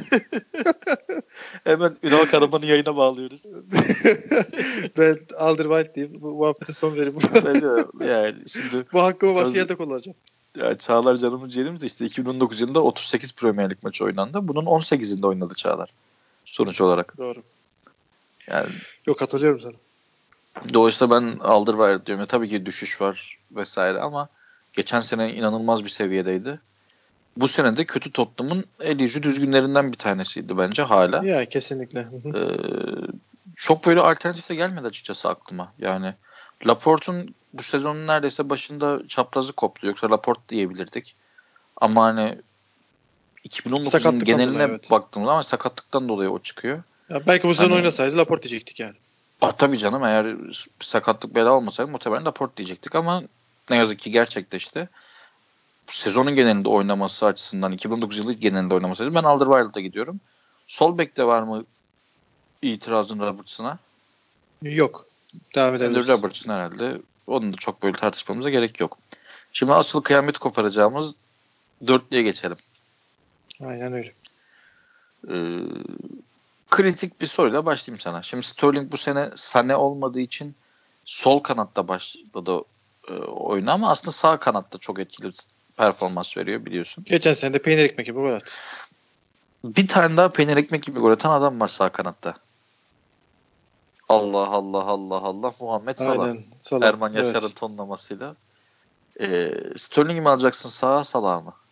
Hemen Ünal Karaman'ı yayına bağlıyoruz. Ben Alderweireld diyeyim. Bu muhabbete son vereyim. Bence yani şimdi Bu hakkımı başka az, yerde kullanacağım. yani Çağlar canımız ciğerimiz de işte iki bin on dokuz yılında otuz sekiz Premier Lig maçı oynandı. Bunun on sekizinde oynadı Çağlar. Sonuç olarak. Doğru. Yani Yok, hatırlıyorum sana. dolayısıyla ben Alderweireld diyorum. Ya, tabii ki düşüş var vesaire ama geçen sene inanılmaz bir seviyedeydi. Bu sene de kötü Tottenham'ın el yüzü düzgünlerinden bir tanesiydi bence hala. Ya kesinlikle. Ee, çok böyle alternatif de gelmedi açıkçası aklıma. Yani Laporte'un bu sezonun neredeyse başında çaprazı koptu. Yoksa Laporte diyebilirdik. Ama hani iki bin on dokuzun Sakatlıktan dolayı, geneline evet. baktığımda ama sakatlıktan dolayı o çıkıyor. Ya belki bu sezon Hani oynasaydı Laporte diyecektik yani. a, tabii canım eğer sakatlık bela olmasaydı muhtemelen Laporte diyecektik ama ne yazık ki gerçekleşti. Sezonun genelinde oynaması açısından iki bin on dokuz yılı genelinde oynamasaydı ben Alderweireld'a gidiyorum. Sol bekte var mı itirazın Robertson'a? Yok. Devam Andrew edebiliriz. Robertson herhalde. Onun da çok böyle tartışmamıza gerek yok. Şimdi asıl kıyamet koparacağımız dörtlüye geçelim. Aynen öyle. Ee, kritik bir soruyla başlayayım sana. Şimdi Sterling bu sene Sané olmadığı için sol kanatta başladı e, oyunu ama aslında sağ kanatta çok etkili performans veriyor biliyorsun. Geçen sene de peynir ekmek gibi gol attı. Bir tane daha peynir ekmek gibi gol atan adam var sağ kanatta. Allah Allah Allah Allah Muhammed Salah. Aynen. Salah. Erman Yaşar'ın Evet. tonlamasıyla. Ee, Sterling'i mi alacaksın sağa Salah'a mı?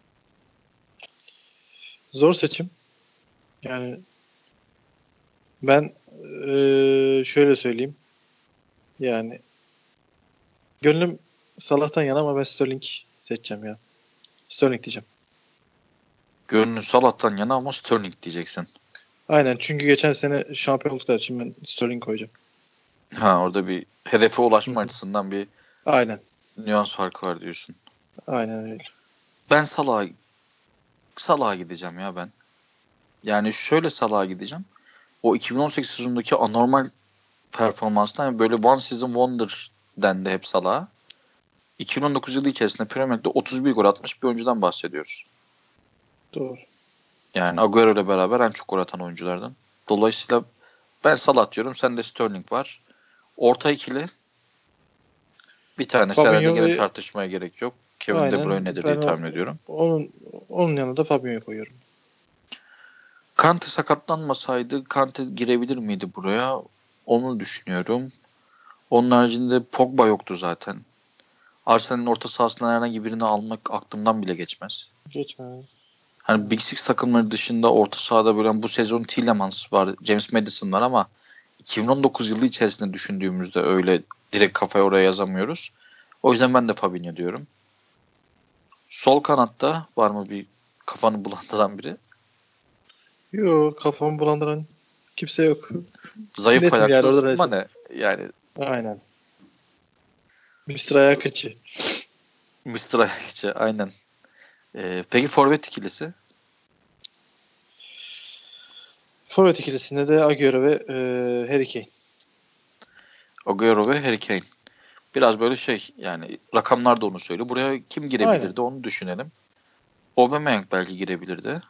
Zor seçim. Yani ben eee, şöyle söyleyeyim. Yani gönlüm Salah'tan yana ama ben Sterling seçeceğim ya. Sterling diyeceğim. Gönlün Salah'tan yana ama Sterling diyeceksin. Aynen, çünkü geçen sene şampiyonluklar için ben Sterling koyacağım. Ha orada bir hedefe Hı ulaşma hı. açısından bir Aynen. nüans farkı var diyorsun. Aynen öyle. Ben Salah'a Salah'a gideceğim ya ben. Yani şöyle Salah'a gideceğim. O iki bin on sekiz sezonundaki anormal performanstan yani böyle one season wonder dendi hep Salah'a. iki bin on dokuz yılı içerisinde Premier Lig'de otuz bir gol atmış bir oyuncudan bahsediyoruz. Doğru. Yani Agüero ile beraber en çok gol atan oyunculardan. Dolayısıyla ben Salah diyorum. Sende Sterling var. Orta ikili bir tanesi herhalde Fabinho gene ve tartışmaya gerek yok. Kevin De aynen Bruyne'dir ben diye o, tahmin ediyorum. onun onun yanında Fabinho'yu koyuyorum. Kante sakatlanmasaydı Kante girebilir miydi buraya? Onu düşünüyorum. Onun haricinde Pogba yoktu zaten. Arsenal'in orta sahasından herhangi birini almak aklımdan bile geçmez. Geçmez. Hani Big Six takımları dışında orta sahada böyle bu sezon Tielemans var, James Maddison var ama iki bin on dokuz yılı içerisinde düşündüğümüzde öyle direkt kafaya oraya yazamıyoruz. O yüzden ben de Fabinho diyorum. Sol kanatta var mı bir kafanı bulandıran biri? Yok, kafamı bulandıran kimse yok. Zayıf Netim yani, ayaksız orada Mane. Yani aynen. mister Ayak içi. mister Ayakçı aynen. Ee, peki forvet ikilisi? Forvet ikilisinde de Agüero ve e, Harry Kane. Agüero ve Harry Kane. Biraz böyle şey yani rakamlar da onu söylüyor. Buraya kim girebilirdi Aynen. onu düşünelim. Aubameyang belki girebilirdi.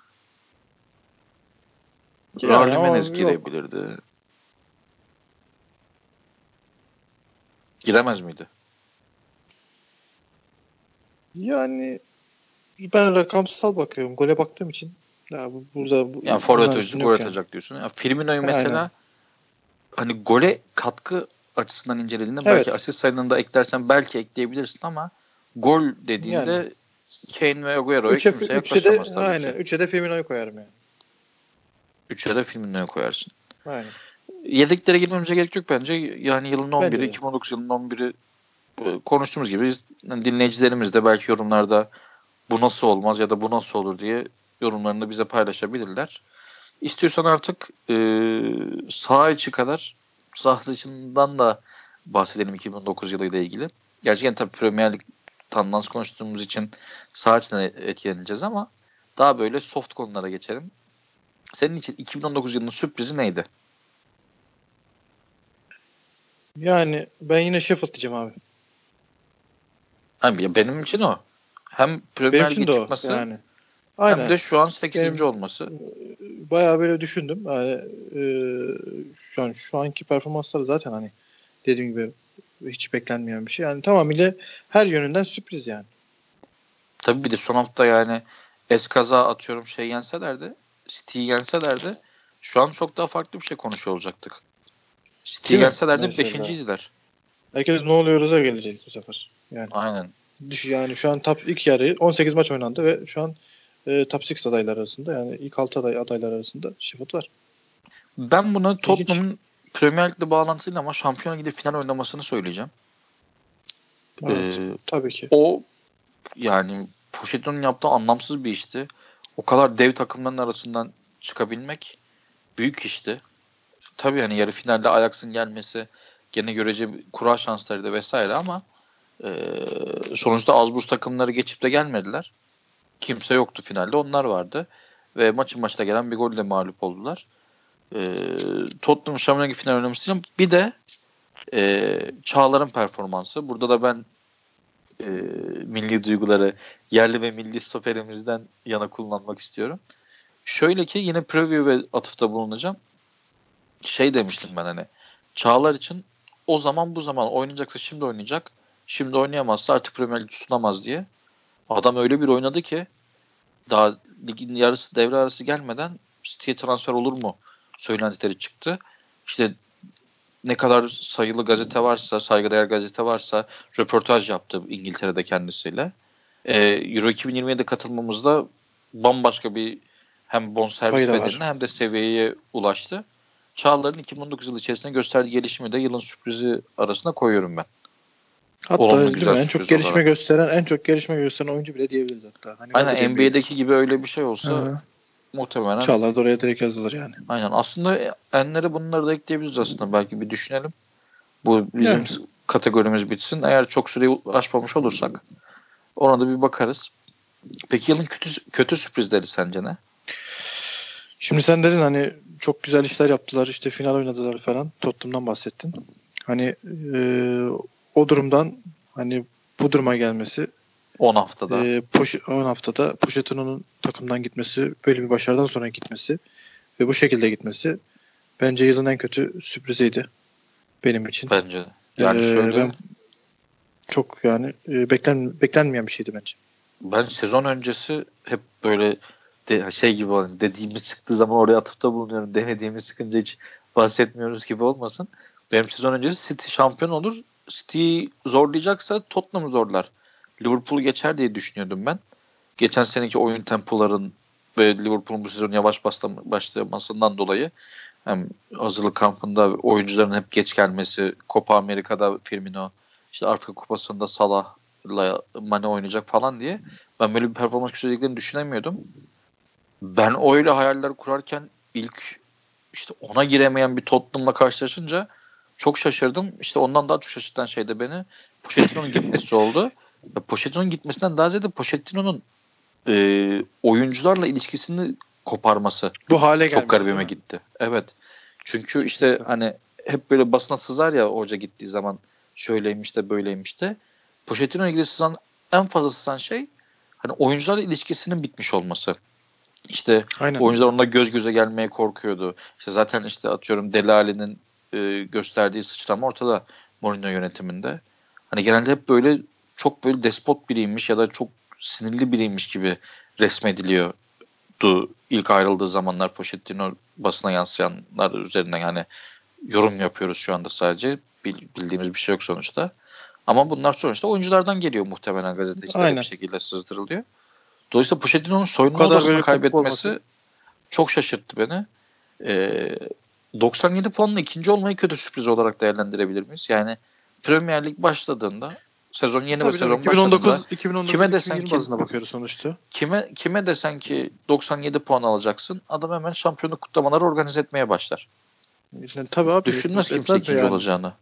Yani Raul ama Jimenez yok. girebilirdi. Giremez miydi? Yani ben rakamsal bakıyorum. Gole baktığım için. Ya bu, burada bu, Yani forvet bundan oyuncusu üstüne gol yok yani. atacak diyorsun. Ya Firmino'yu Aynen. mesela hani gole katkı açısından incelediğinde belki Evet. asist sayını da eklersen belki ekleyebilirsin ama gol Yani. dediğinde Kane ve Agüero'ya Üçe, kimse üçe yaklaşamaz de tabii ki. aynen. Üçe de Firmino'yu koyarım yani. Üçe de Firmino'yu koyarsın. Aynen. Yedeklere girmemize gerek yok bence. Yani yılın on biri, Bence de. iki bin on dokuz yılının on biri konuştuğumuz gibi dinleyicilerimiz de belki yorumlarda bu nasıl olmaz ya da bu nasıl olur diye yorumlarını bize paylaşabilirler. İstiyorsan artık e, saha içi kadar saha dışından da bahsedelim iki bin on dokuz yılıyla ilgili. Gerçekten tabii Premier Lig tandans konuştuğumuz için saha içine etkileneceğiz ama daha böyle soft konulara geçelim. Senin için iki bin on dokuz yılının sürprizi neydi? Yani ben yine Sheffield diyeceğim abi. Hani benim için o. Hem Benim Premier Lig'e için de o çıkması yani. hem Aynen. de şu an sekizinci Benim olması. bayağı böyle düşündüm. Yani e, şu an şu anki performansları zaten hani dediğim gibi hiç beklenmeyen bir şey. Yani tamamıyla her yönünden sürpriz yani. Tabii bir de son hafta yani eskaza atıyorum şey yenselerdi, City'yi yenselerdi şu an çok daha farklı bir şey konuşuyor olacaktık. City'yi Değil mi? yenselerdi Mesela. beşinciydiler. Herkes ne oluyoruz'a gelecek bu sefer. Yani. Aynen. Düş- Yani şu an top ilk yarı on sekiz maç oynandı ve şu an e, top altı adaylar arasında, yani ilk altı aday adaylar arasında Sheffield var. Ben buna İlginç. Tottenham'ın Premier Lig'le bağlantısıyla ama Şampiyonlar Ligi final oynamasını söyleyeceğim. Evet. Ee, Tabii ki. o yani Pochettino'nun yaptığı anlamsız bir işti. O kadar dev takımların arasından çıkabilmek büyük işti. Tabii hani yarı finalde Ajax'ın gelmesi gene görece kura şanslarıydı vesaire ama e, sonuçta az buz takımları geçip de gelmediler. Kimse yoktu finalde. Onlar vardı. Ve maçın maçta gelen bir golle mağlup oldular. E, Tottenham Şampiyonlar Ligi final oynamıştım. Bir de e, Çağlar'ın performansı. Burada da ben e, milli duyguları yerli ve milli stoperimizden yana kullanmak istiyorum. Şöyle ki yine preview ve atıfta bulunacağım. Şey demiştim ben hani Çağlar için o zaman bu zaman oynayacaksa şimdi oynayacak. Şimdi oynayamazsa artık Premier Lig tutunamaz diye. Adam öyle bir oynadı ki daha ligin yarısı devre arası gelmeden City'ye transfer olur mu söylentileri çıktı. İşte ne kadar sayılı gazete varsa, saygıdeğer gazete varsa röportaj yaptı İngiltere'de kendisiyle. Ee, Euro iki bin yirmi yediye katılmamızda bambaşka bir hem Payı bonservis da bedeline var. hem de seviyeye ulaştı. Çağlar'ın iki bin on dokuz yılı içerisinde gösterdiği gelişimi de yılın sürprizi arasına koyuyorum ben. Hatta Olumlu değil güzel mi? En çok sürpriz gelişme olarak. gösteren, en çok gelişme gösteren oyuncu bile diyebiliriz hatta. Hani vardır ya Aynen N B A'de. N B A'deki gibi öyle bir şey olsa Hı. muhtemelen Çağlar da oraya direkt yazılır yani. aynen. Aslında enlere bunları da ekleyebiliriz aslında. Belki bir düşünelim. Bu bizim Yani. s- kategorimiz bitsin. Eğer çok süreyi aşmamış olursak ona da bir bakarız. Peki yılın kötü, kötü sürprizleri sence ne? Şimdi sen dedin hani çok güzel işler yaptılar, işte final oynadılar falan. Tottenham'dan bahsettin. Hani e, o durumdan hani bu duruma gelmesi, on haftada. e, Poş- on haftada Pochettino'nun takımdan gitmesi, böyle bir başarıdan sonra gitmesi ve bu şekilde gitmesi bence yılın en kötü sürpriziydi benim için. Bence de. E, Yani şöyle ben çok yani e, beklen beklenmeyen bir şeydi bence. ben sezon öncesi hep böyle de, şey gibi olsun. Dediğimiz çıktığı zaman oraya atıfta bulunuyorum. Demediğimiz çıkınca hiç bahsetmiyoruz gibi olmasın. Benim sezon öncesi City şampiyon olur. City zorlayacaksa Tottenham'ı zorlar. Liverpool'u geçer diye düşünüyordum ben. Geçen seneki oyun tempoların ve Liverpool'un bu sezon yavaş başlamasından dolayı hem hazırlık kampında oyuncuların hep geç gelmesi, Copa Amerika'da Firmino, işte Afrika Kupası'nda Salah'la Mane oynayacak falan diye ben böyle bir performans göstereceklerini düşünemiyordum. Ben öyle hayaller kurarken ilk işte ona giremeyen bir Tottenham'la karşılaşınca çok şaşırdım. İşte ondan daha çok şaşırtan şey de beni Pochettino'nun gitmesi oldu. Ve Pochettino'nun gitmesinden daha ziyade Pochettino'nun e, oyuncularla ilişkisini koparması bu hale çok gelmesi garibime gitti. Evet. Çünkü Kesinlikle. işte hani hep böyle basına sızar ya hoca gittiği zaman şöyleymiş de böyleymiş de. Pochettino'ya ilgili sızan en fazla sızan şey hani oyuncularla ilişkisinin bitmiş olması. İşte Aynen. oyuncular onunla göz göze gelmeye korkuyordu. İşte zaten işte atıyorum Dele Alli'nin e, gösterdiği sıçrama ortada Mourinho yönetiminde. Hani genelde hep böyle çok böyle despot biriymiş ya da çok sinirli biriymiş gibi resmediliyordu ilk ayrıldığı zamanlar Pochettino basına yansıyanlar üzerinden yani yorum yapıyoruz şu anda sadece bildiğimiz bir şey yok sonuçta. Ama bunlar sonuçta oyunculardan geliyor muhtemelen gazete işlere Aynen. bir şekilde sızdırılıyor. Dolayısıyla Pochettino'nun Bu soyunma kadar odasını böyle kopuk kaybetmesi olması. çok şaşırttı beni. Ee, doksan yedi puanla ikinci olmayı kötü sürpriz olarak değerlendirebilir miyiz? Yani Premier Lig başladığında sezon yeni ve Tabii canım. sezon başladığında iki bin on dokuz kime iki bin desen yirmi ki bazında bakıyoruz sonuçta. kime kime desen ki doksan yedi puan alacaksın adam hemen şampiyonluk kutlamaları organize etmeye başlar. Yani, tabii abi Düşünmez etmez, kimse etmez mi ikinci yani? olacağını.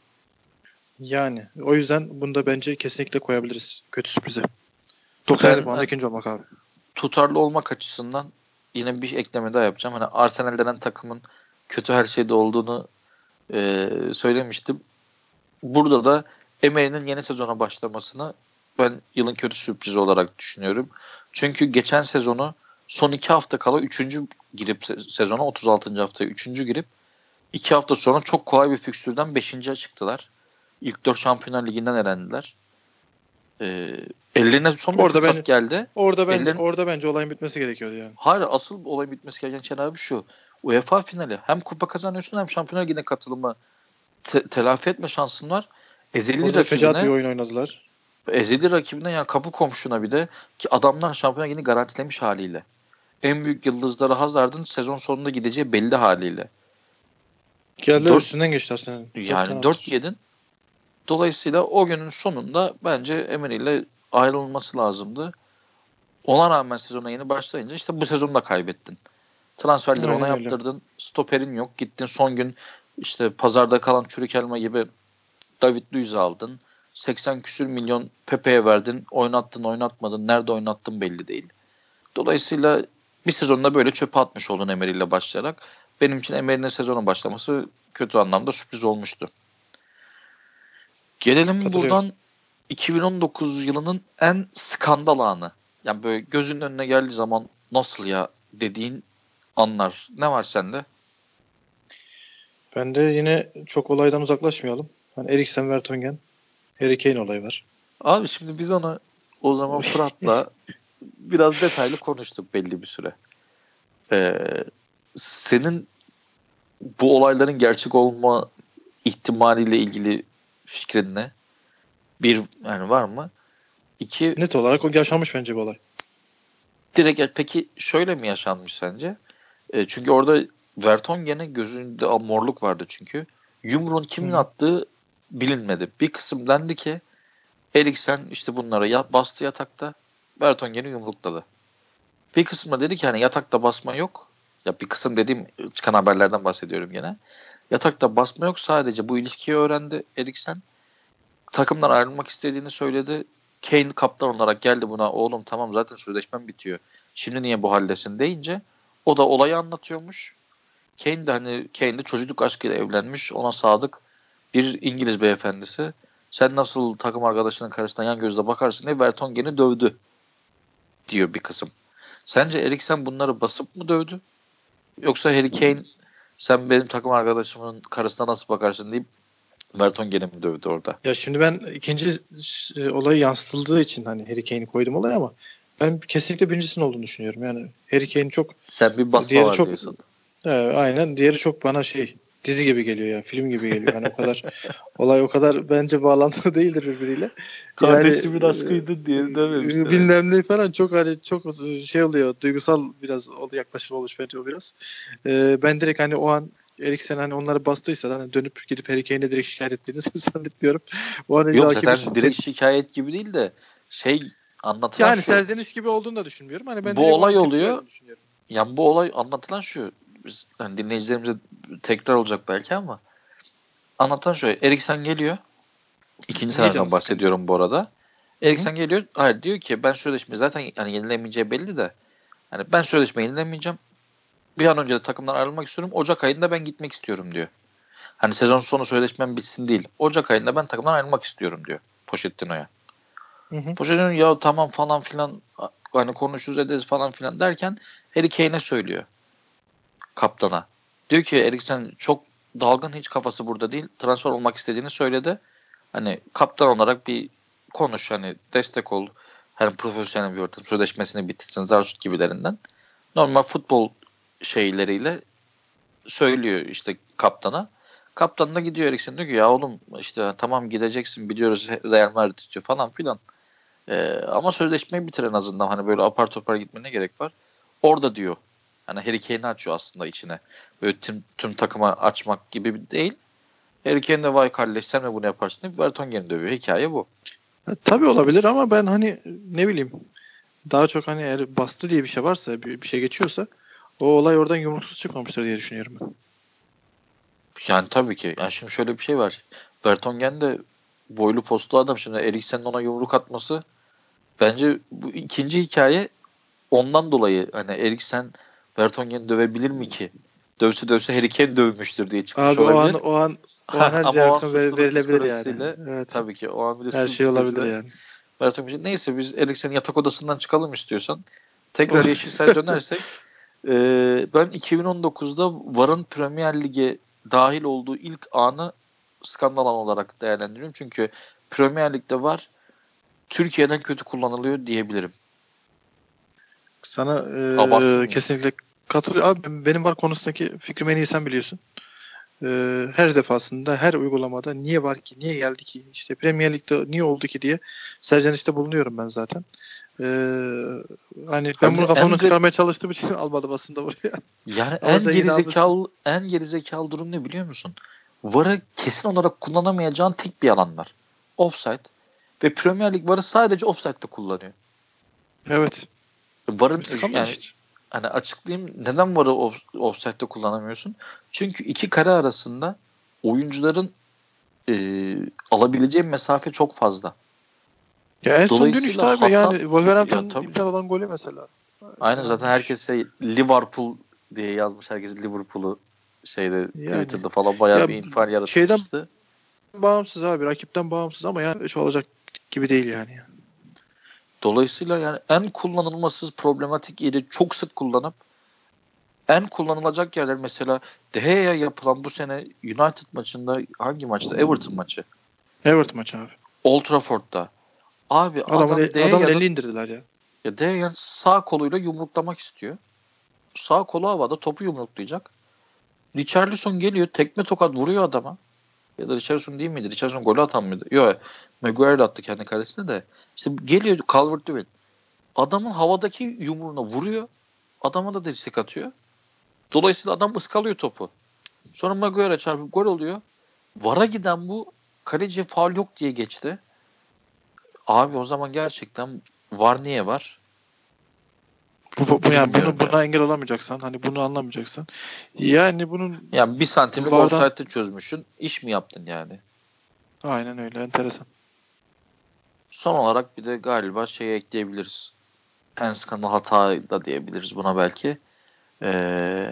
Yani o yüzden bunu da bence kesinlikle koyabiliriz kötü sürprize. doksan yedi Ben puanda yani, ikinci olmak abi. tutarlı olmak açısından yine bir ekleme daha yapacağım. Hani Arsenal denen takımın kötü her şeyde olduğunu e, söylemiştim. Burada da Emery'nin yeni sezona başlamasını ben yılın kötü sürprizi olarak düşünüyorum. Çünkü geçen sezonu son iki hafta kala üçüncü girip sezona otuz altıncı haftaya üçüncü girip iki hafta sonra çok kolay bir fikstürden beşinciye çıktılar. İlk dört Şampiyonlar Ligi'nden elendiler. Ee, ellerine son bir Orada fırsat ben geldi. orada ben Ellerin... orada bence olayın bitmesi gerekiyordu yani. Hayır asıl olay bitmesi gereken şey abi şu. UEFA finali hem kupa kazanıyorsun hem Şampiyonlar Ligi'ne katılımı te- telafi etme şansın var. Ezeli Orada fecaat bir rakibine oyun oynadılar. ezeli rakibine yani kapı komşuna bir de ki adamlar Şampiyonlar Ligi'ni garantilemiş haliyle. En büyük yıldızları Hazard'ın sezon sonunda gideceği belli haliyle. Geldiler dört üstünden geçtiler senin. yani dört yedin. Dolayısıyla o günün sonunda bence Emery ile ayrılması lazımdı. Ona rağmen sezona yeni başlayınca işte bu sezonu da kaybettin. Transferleri ona Aynen öyle. yaptırdın. Stoperin yok. Gittin son gün işte pazarda kalan çürük elma gibi David Luiz'i aldın. seksen küsür milyon Pepe'ye verdin. Oynattın oynatmadın. Nerede oynattın belli değil. Dolayısıyla bir sezonda böyle çöpe atmış oldun Emery ile başlayarak. Benim için Emery'nin sezona başlaması kötü anlamda sürpriz olmuştu. Gelelim Katılıyorum. buradan iki bin on dokuz yılının en skandal anı. Yani böyle gözünün önüne geldiği zaman nasıl ya dediğin anlar. Ne var sende? Ben de yine çok olaydan uzaklaşmayalım. Hani Eriksen, Vertonghen, Harry Kane olayı var. Abi şimdi biz onu o zaman Fırat'la biraz detaylı konuştuk belli bir süre. Ee, senin bu olayların gerçek olma ihtimaliyle ilgili fikrin ne? Bir, yani var mı? İki, Net olarak o yaşanmış bence bu olay. direkt peki şöyle mi yaşanmış sence? E, çünkü orada Vertonghen'in gözünde morluk vardı çünkü. Yumruğun kimin Hı-hı. attığı bilinmedi. Bir kısım dendi ki Eriksen işte bunlara ya, bastı yatakta Vertonghen'i yumrukladı. Bir kısım da dedi ki hani yatakta basma yok. Ya bir kısım dediğim çıkan haberlerden bahsediyorum gene. Yatakta basma yok sadece bu ilişkiyi öğrendi Eriksen. Takımdan ayrılmak istediğini söyledi. Kane kaptan olarak geldi buna oğlum tamam zaten sözleşmem bitiyor. Şimdi niye bu haldesin deyince o da olayı anlatıyormuş. Kane de hani Kane de çocukluk aşkıyla evlenmiş. Ona sadık bir İngiliz beyefendisi. Sen nasıl takım arkadaşının karşısına yan gözle bakarsın diye Vertonghen'i dövdü diyor bir kısım. Sence Eriksen bunları basıp mı dövdü? Yoksa Harry Kane sen benim takım arkadaşımın karısına nasıl bakarsın deyip Vertonghen'i mi dövdü orada? Ya şimdi ben ikinci e, olayı yansıtıldığı için hani Harry Kane'i koydum olaya ama Ben kesinlikle birincisinin olduğunu düşünüyorum. Yani Harry Kane çok Sen bir basma diğeri var çok diyorsun. evet, aynen diğeri çok bana şey dizi gibi geliyor ya. Film gibi geliyor. Hani o kadar olay o kadar bence bağlantılı değildir birbiriyle. Kardeşimin Yani aşkıydı diye e, dememişler. bilmem ne falan çok hani çok şey oluyor. Duygusal biraz yaklaşım olmuş bence o biraz. Ee, ben direkt hani o an Eriksen hani onları bastıysa hani dönüp gidip Harry Kane'e direkt şikayet ettiğini zannetmiyorum. O an Yok illaki zaten bir direkt şikayet gibi değil de şey anlatılan yani şu. serzeniş gibi olduğunu da düşünmüyorum. Hani ben Bu direkt o an olay tepki oluyor. verdiğini düşünüyorum. Yani bu olay anlatılan şu. Biz yani dinleyicilerimize tekrar olacak belki ama anlatan şu. Eriksen geliyor. İkinci Niye canı senaryodan sıkkın? bahsediyorum bu arada. Hı hı. Eriksen geliyor. Hayır diyor ki ben sözleşmeyi zaten hani yenilemeyeceği belli de hani ben sözleşmeyi yenilemeyeceğim. Bir an önce de takımdan ayrılmak istiyorum. Ocak ayında ben gitmek istiyorum diyor. Hani sezon sonu sözleşmem bitsin değil. Ocak ayında ben takımdan ayrılmak istiyorum diyor Pochettino'ya. Hı hı. Pochettino ya tamam falan filan hani konuşuruz ederiz falan filan derken Harry Kane'e söylüyor. Kaptana. Diyor ki Eriksen çok dalgın, hiç kafası burada değil. Transfer olmak istediğini söyledi. Hani kaptan olarak bir konuş, hani destek ol. Hani profesyonel bir ortam, sözleşmesini bitirsin Zarsut gibilerinden. Normal futbol şeyleriyle söylüyor işte kaptana. Kaptan da gidiyor Eriksen diyor ki ya oğlum işte tamam gideceksin biliyoruz Real Madrid istiyor falan filan. Ee, ama sözleşmeyi bitir en azından, hani böyle apar topar gitmene gerek var. Orada diyor. Hani Harry Kane'i açıyor aslında içine. Böyle tüm, tüm takıma açmak gibi değil. Harry Kane de vay kardeş sen mi bunu yaparsın deyip Vertonghen'i dövüyor. Hikaye bu. E, tabii olabilir ama ben hani ne bileyim daha çok hani eğer bastı diye bir şey varsa bir, bir şey geçiyorsa o olay oradan yumruksuz çıkmamıştır diye düşünüyorum ben. Yani tabii ki. Yani şimdi şöyle bir şey var. Vertonghen de boylu postlu adam. Şimdi Eriksen'in ona yumruk atması bence bu ikinci hikaye ondan dolayı hani Eriksen Vertonghen'i dövebilir mi ki? Dövse dövse Harry Kane dövmüştür diye çıkmış Abi o an olabilir. o an o an her Ama o an reaksiyon ver- suçluluk verilebilir yani. psikolojisiyle Evet. tabii ki o an bir de Her suçluluk şey olabilir psikolojisiyle yani. Vertonghen neyse biz Eriksen'in yatak odasından çıkalım istiyorsan. Tekrar Yeşilsay'a dönersek e, ben iki bin on dokuzda V A R'ın Premier Lig'e dahil olduğu ilk anı skandal an olarak değerlendiriyorum. Çünkü Premier Lig'de V A R Türkiye'den kötü kullanılıyor diyebilirim. Sana Abarttım e, mı? kesinlikle katılıyorum. Abi benim var konusundaki fikrimi en iyi sen biliyorsun. E, her defasında, her uygulamada niye var ki, niye geldi ki, işte Premier Lig'de niye oldu ki diye serzenişte bulunuyorum ben zaten. E, hani ben Hem bunu de en kafamdan gar- çıkarmaya çalıştığım için almadım aslında buraya. yani Ama en sen yine almışsın. gerizekalı en gerizekalı durum ne biliyor musun? V A R'ı kesin olarak kullanamayacağın tek bir alan var. Offside. Ve Premier Lig V A R'ı sadece offside'de kullanıyor. Evet. V A R'ın Skandal yani işte. hani açıklayayım neden V A R'ı off, offside'de kullanamıyorsun? Çünkü iki kare arasında oyuncuların e, alabileceği mesafe çok fazla. Ya en son dün işte Dolayısıyla abi yani hata ya Wolverhampton'ın tabii. iptal olan golü mesela. Aynen zaten Yani ş- herkes şey Liverpool diye yazmış. Herkes Liverpool'u şeyde yani Twitter'da falan bayağı ya bir infial şeyden yaratılmıştı. bağımsız abi, rakipten bağımsız ama yani hiç olacak gibi değil yani. Dolayısıyla yani en kullanılmasız problematik yeri çok sık kullanıp en kullanılacak yerler mesela De Gea'ya yapılan bu sene United maçında hangi maçta? Everton maçı. Everton maçı abi. Old Trafford'da. Abi Adamın adam De adamın elini Gea'nın indirdiler ya. ya De Gea sağ koluyla yumruklamak istiyor. Sağ kolu havada topu yumruklayacak. Richarlison geliyor tekme tokat vuruyor adama. Ya da Richarlison değil miydi? Richarlison golü atan mıydı? Yok. Maguire attı kendi kalesine de. İşte geliyor Calvert-Lewin. Adamın havadaki yumruğuna vuruyor. Adama da dirsek atıyor. Dolayısıyla adam ıskalıyor topu. Sonra Maguire'e çarpıp gol oluyor. V A R'a giden bu kaleciye faul yok diye geçti. Abi o zaman gerçekten V A R niye var? Bu, bu bu- yani Bilmiyorum bunu yani. buna engel olamayacaksan, hani bunu anlamayacaksan, yani bunun Yani bir santimlik VAR'dan offside'ı çözmüşsün. İş mi yaptın yani? aynen öyle, enteresan. Son olarak bir de galiba şeyi ekleyebiliriz. En skandal hata da diyebiliriz buna belki. Ee,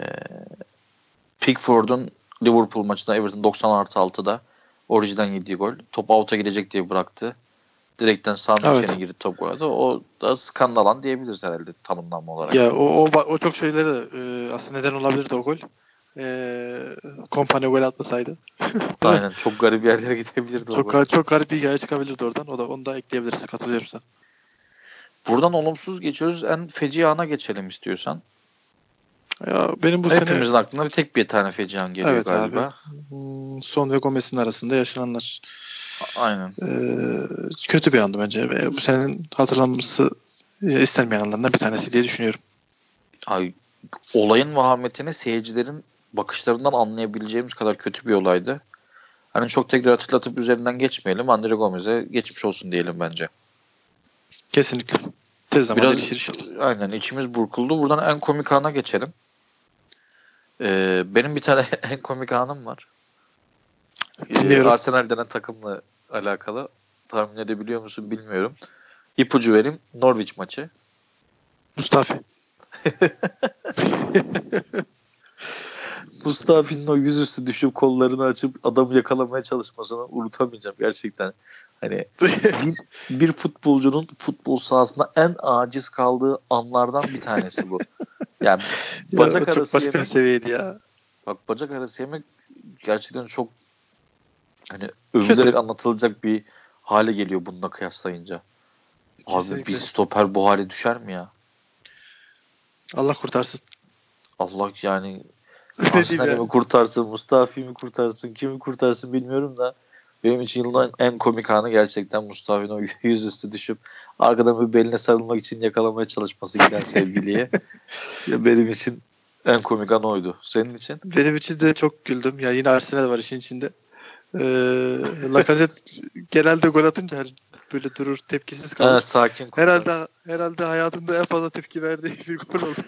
Pickford'un Liverpool maçında Everton doksan artı altıda orijinal yediği gol. Top out'a gidecek diye bıraktı. Direkten sağın içine Evet. girdi top golü. O da skandalan diyebiliriz herhalde tanımlama olarak. Ya o o, o çok şeylere de e, aslında neden olabilirdi o gol. E, Kompany gol atmasaydı. Değil mi? Aynen çok garip yerlere gidebilirdi o Çok gol. gar- çok garip bir hikaye çıkabilirdi oradan. O da onu da ekleyebiliriz. Katılıyorum sana. buradan olumsuz geçiyoruz. En feci ana geçelim istiyorsan. Ya benim bu Hepimizin sene aklına bir tek bir tane feci an geliyor evet galiba. abi. Son ve Gomez'in arasında yaşananlar. Aynen. Ee, kötü bir andı bence. Ve bu senenin hatırlanması istenmeyen anlarından bir tanesi diye düşünüyorum. Ay, olayın vahametini seyircilerin bakışlarından anlayabileceğimiz kadar kötü bir olaydı. Hani çok tekrar hatırlatıp üzerinden geçmeyelim. Andre Gomez'e geçmiş olsun diyelim bence. Kesinlikle. Tez zamanda Biraz ilişir inşallah. aynen içimiz burkuldu. Buradan en komik ana geçelim. Ee, benim bir tane en komik anım var. Ee, Dinliyorum. Arsenal denen takımla alakalı. Tahmin edebiliyor musun bilmiyorum. İpucu vereyim. Norwich maçı. Mustafi. Mustafi'nin o yüzüstü düşüp kollarını açıp adamı yakalamaya çalışmasını unutamayacağım gerçekten. Hani bir, bir futbolcunun futbol sahasında en aciz kaldığı anlardan bir tanesi bu. Yani Ya, bacak çok arası başka bir yemek seviyeydi ya. bak bacak arası yemek gerçekten çok hani övülerek Kötü. anlatılacak bir hale geliyor bununla kıyaslayınca. Abi bir Kesinlikle. stoper bu hale düşer mi ya? Allah kurtarsın. Allah yani Ne diyeyim Arsenal'i yani? mi kurtarsın, Mustafi'yi mi kurtarsın, kimi kurtarsın bilmiyorum da benim için yılın en komik anı gerçekten Mustafi'nin o yüzüstü düşüp arkadan bir beline sarılmak için yakalamaya çalışması giden sevgiliye. Ya benim için en komik an oydu. Senin için? Benim için de çok güldüm. Ya yine Arsenal var işin içinde. Ee, Lacazette genelde gol atınca her böyle durur, tepkisiz kalır. Evet, sakin kurtar. Herhalde herhalde hayatında en fazla tepki verdiği bir gol oldu.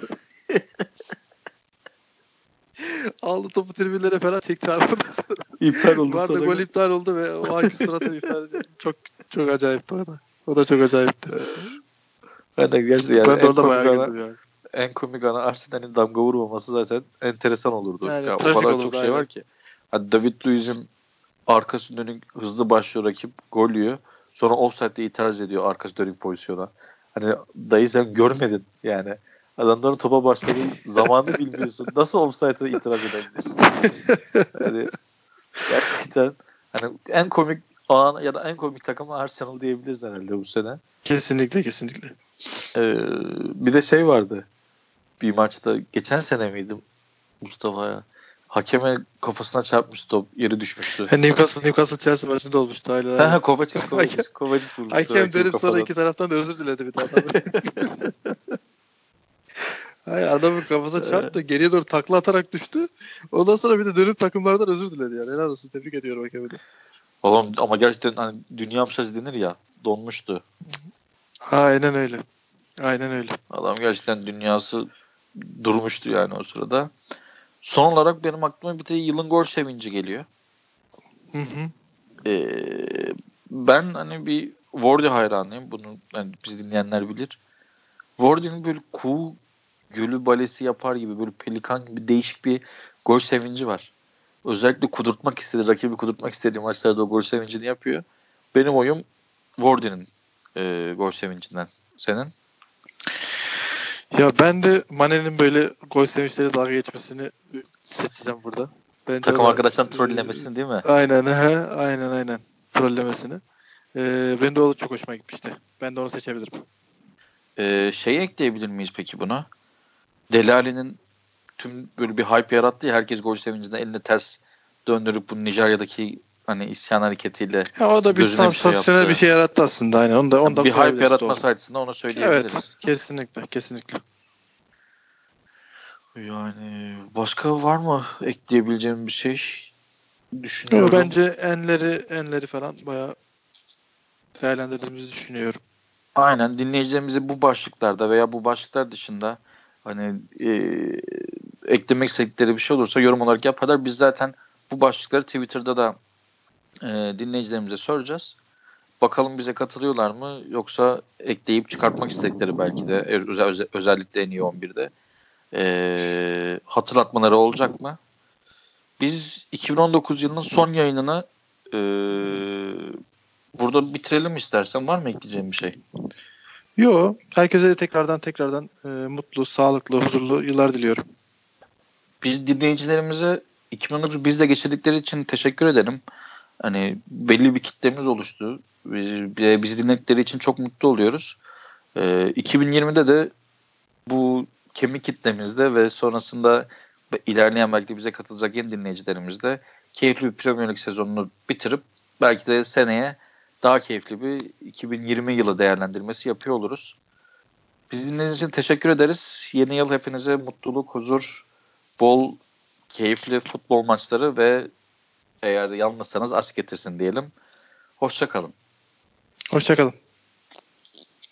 Aldı topu tribünlere falan çekti abi. İptal oldu Vardı sonra. gol iptal oldu ve o anki suratı ifade çok çok acayipti o da. O da çok acayipti. Ben de gerçekten yani Ben de en orada komik bayağı ana güldüm yani. en komik ana Arsenal'in damga vurmaması zaten enteresan olurdu. Yani Ya o trajik kadar çok olurdu şey var aynen. ki. Hani David Luiz'in arkası dönük hızlı başlıyor rakip gol yiyor. Sonra offside'de itiraz ediyor arkası dönük pozisyona. Hani dayı sen görmedin yani. Adamların topa başladığı zamanı bilmiyorsun. Nasıl offside'e itiraz edebilirsin? Yani gerçekten hani en komik an ya da en komik takım Arsenal diyebiliriz herhalde bu sene. Kesinlikle kesinlikle. Ee, bir de şey vardı. Bir maçta geçen sene miydi Mustafa'ya? Hakeme kafasına çarpmış top. Yeri düşmüştü. Ha, Newcastle Newcastle Chelsea maçında olmuştu aynen Ha aynen. ha Kovacic Kovacic. Kovacic vurmuştu Hakem rakibi dönüp sonra kafadan. iki taraftan da özür diledi bir daha adam. Hayır adamın kafasına çarptı. Geriye doğru takla atarak düştü. Ondan sonra bir de dönüp takımlardan özür diledi yani. Helal olsun. Tebrik ediyorum hakemi de. Oğlum ama gerçekten hani dünya şaşı denir ya. Donmuştu. Aynen öyle. Aynen öyle. Adam gerçekten dünyası durmuştu yani o sırada. Son olarak benim aklıma bir de yılın gol sevinci geliyor. Hı hı. Ee, ben hani bir Wardy hayranıyım. Bunu hani biz dinleyenler bilir. Wardy'nin böyle kuğu gölü balesi yapar gibi böyle pelikan gibi değişik bir gol sevinci var. Özellikle kudurtmak istediği, rakibi kudurtmak istediği maçlarda o gol sevincini yapıyor. Benim oyum Wardy'nin e, gol sevincinden. Senin? Ya ben de Mane'nin böyle gol sevinçleri dalga geçmesini seçeceğim burada. Bence Takım o da arkadaştan e, trollemesini değil mi? aynen he, aynen aynen trollemesini. E, benim de o çok hoşuma gitmişti. Ben de onu seçebilirim. E, şey ekleyebilir miyiz peki buna? Dele Alli'nin tüm böyle bir hype yarattı ya, herkes gol sevincinden elini ters döndürüp bu Nijerya'daki hani isyan hareketiyle Ya o da bir gözüne bir şey sansasyonel bir yaptı. şey yarattı aslında aynen. Onu da, onu da Yani bir hype koyabiliriz doğru. yaratması açısından onu Evet söyleyebiliriz. kesinlikle kesinlikle. Yani başka var mı ekleyebileceğim bir şey? Yo, Düşünüyorum. bence enleri enleri falan bayağı değerlendirdiğimizi düşünüyorum. Aynen, dinleyicilerimize bu başlıklarda veya bu başlıklar dışında hani e, eklemek istedikleri bir şey olursa yorum olarak yaparlar. Biz zaten bu başlıkları Twitter'da da e, dinleyicilerimize soracağız. Bakalım bize katılıyorlar mı, yoksa ekleyip çıkartmak istedikleri belki de özel, özel, özellikle en iyi on birde e, hatırlatmaları olacak mı? Biz iki bin on dokuz yılının son yayınını e, burada bitirelim istersen. Var mı ekleyeceğim bir şey? Yo, herkese de tekrardan tekrardan e, mutlu, sağlıklı, huzurlu yıllar diliyorum. Biz dinleyicilerimize iki bin on dokuz bizle geçirdikleri için teşekkür ederim. Hani belli bir kitlemiz oluştu. Bizi dinledikleri için çok mutlu oluyoruz. Ee, iki bin yirmide de bu kemik kitlemizde ve sonrasında ilerleyen belki bize katılacak yeni dinleyicilerimizle keyifli bir Premier Lig sezonunu bitirip belki de seneye daha keyifli bir iki bin yirmi yılı değerlendirmesi yapıyor oluruz. Bizi dinlediğiniz için teşekkür ederiz. Yeni yıl hepinize mutluluk, huzur, bol, keyifli futbol maçları ve eğer yalnızsanız aşk getirsin diyelim. Hoşça kalın. Hoşça kalın.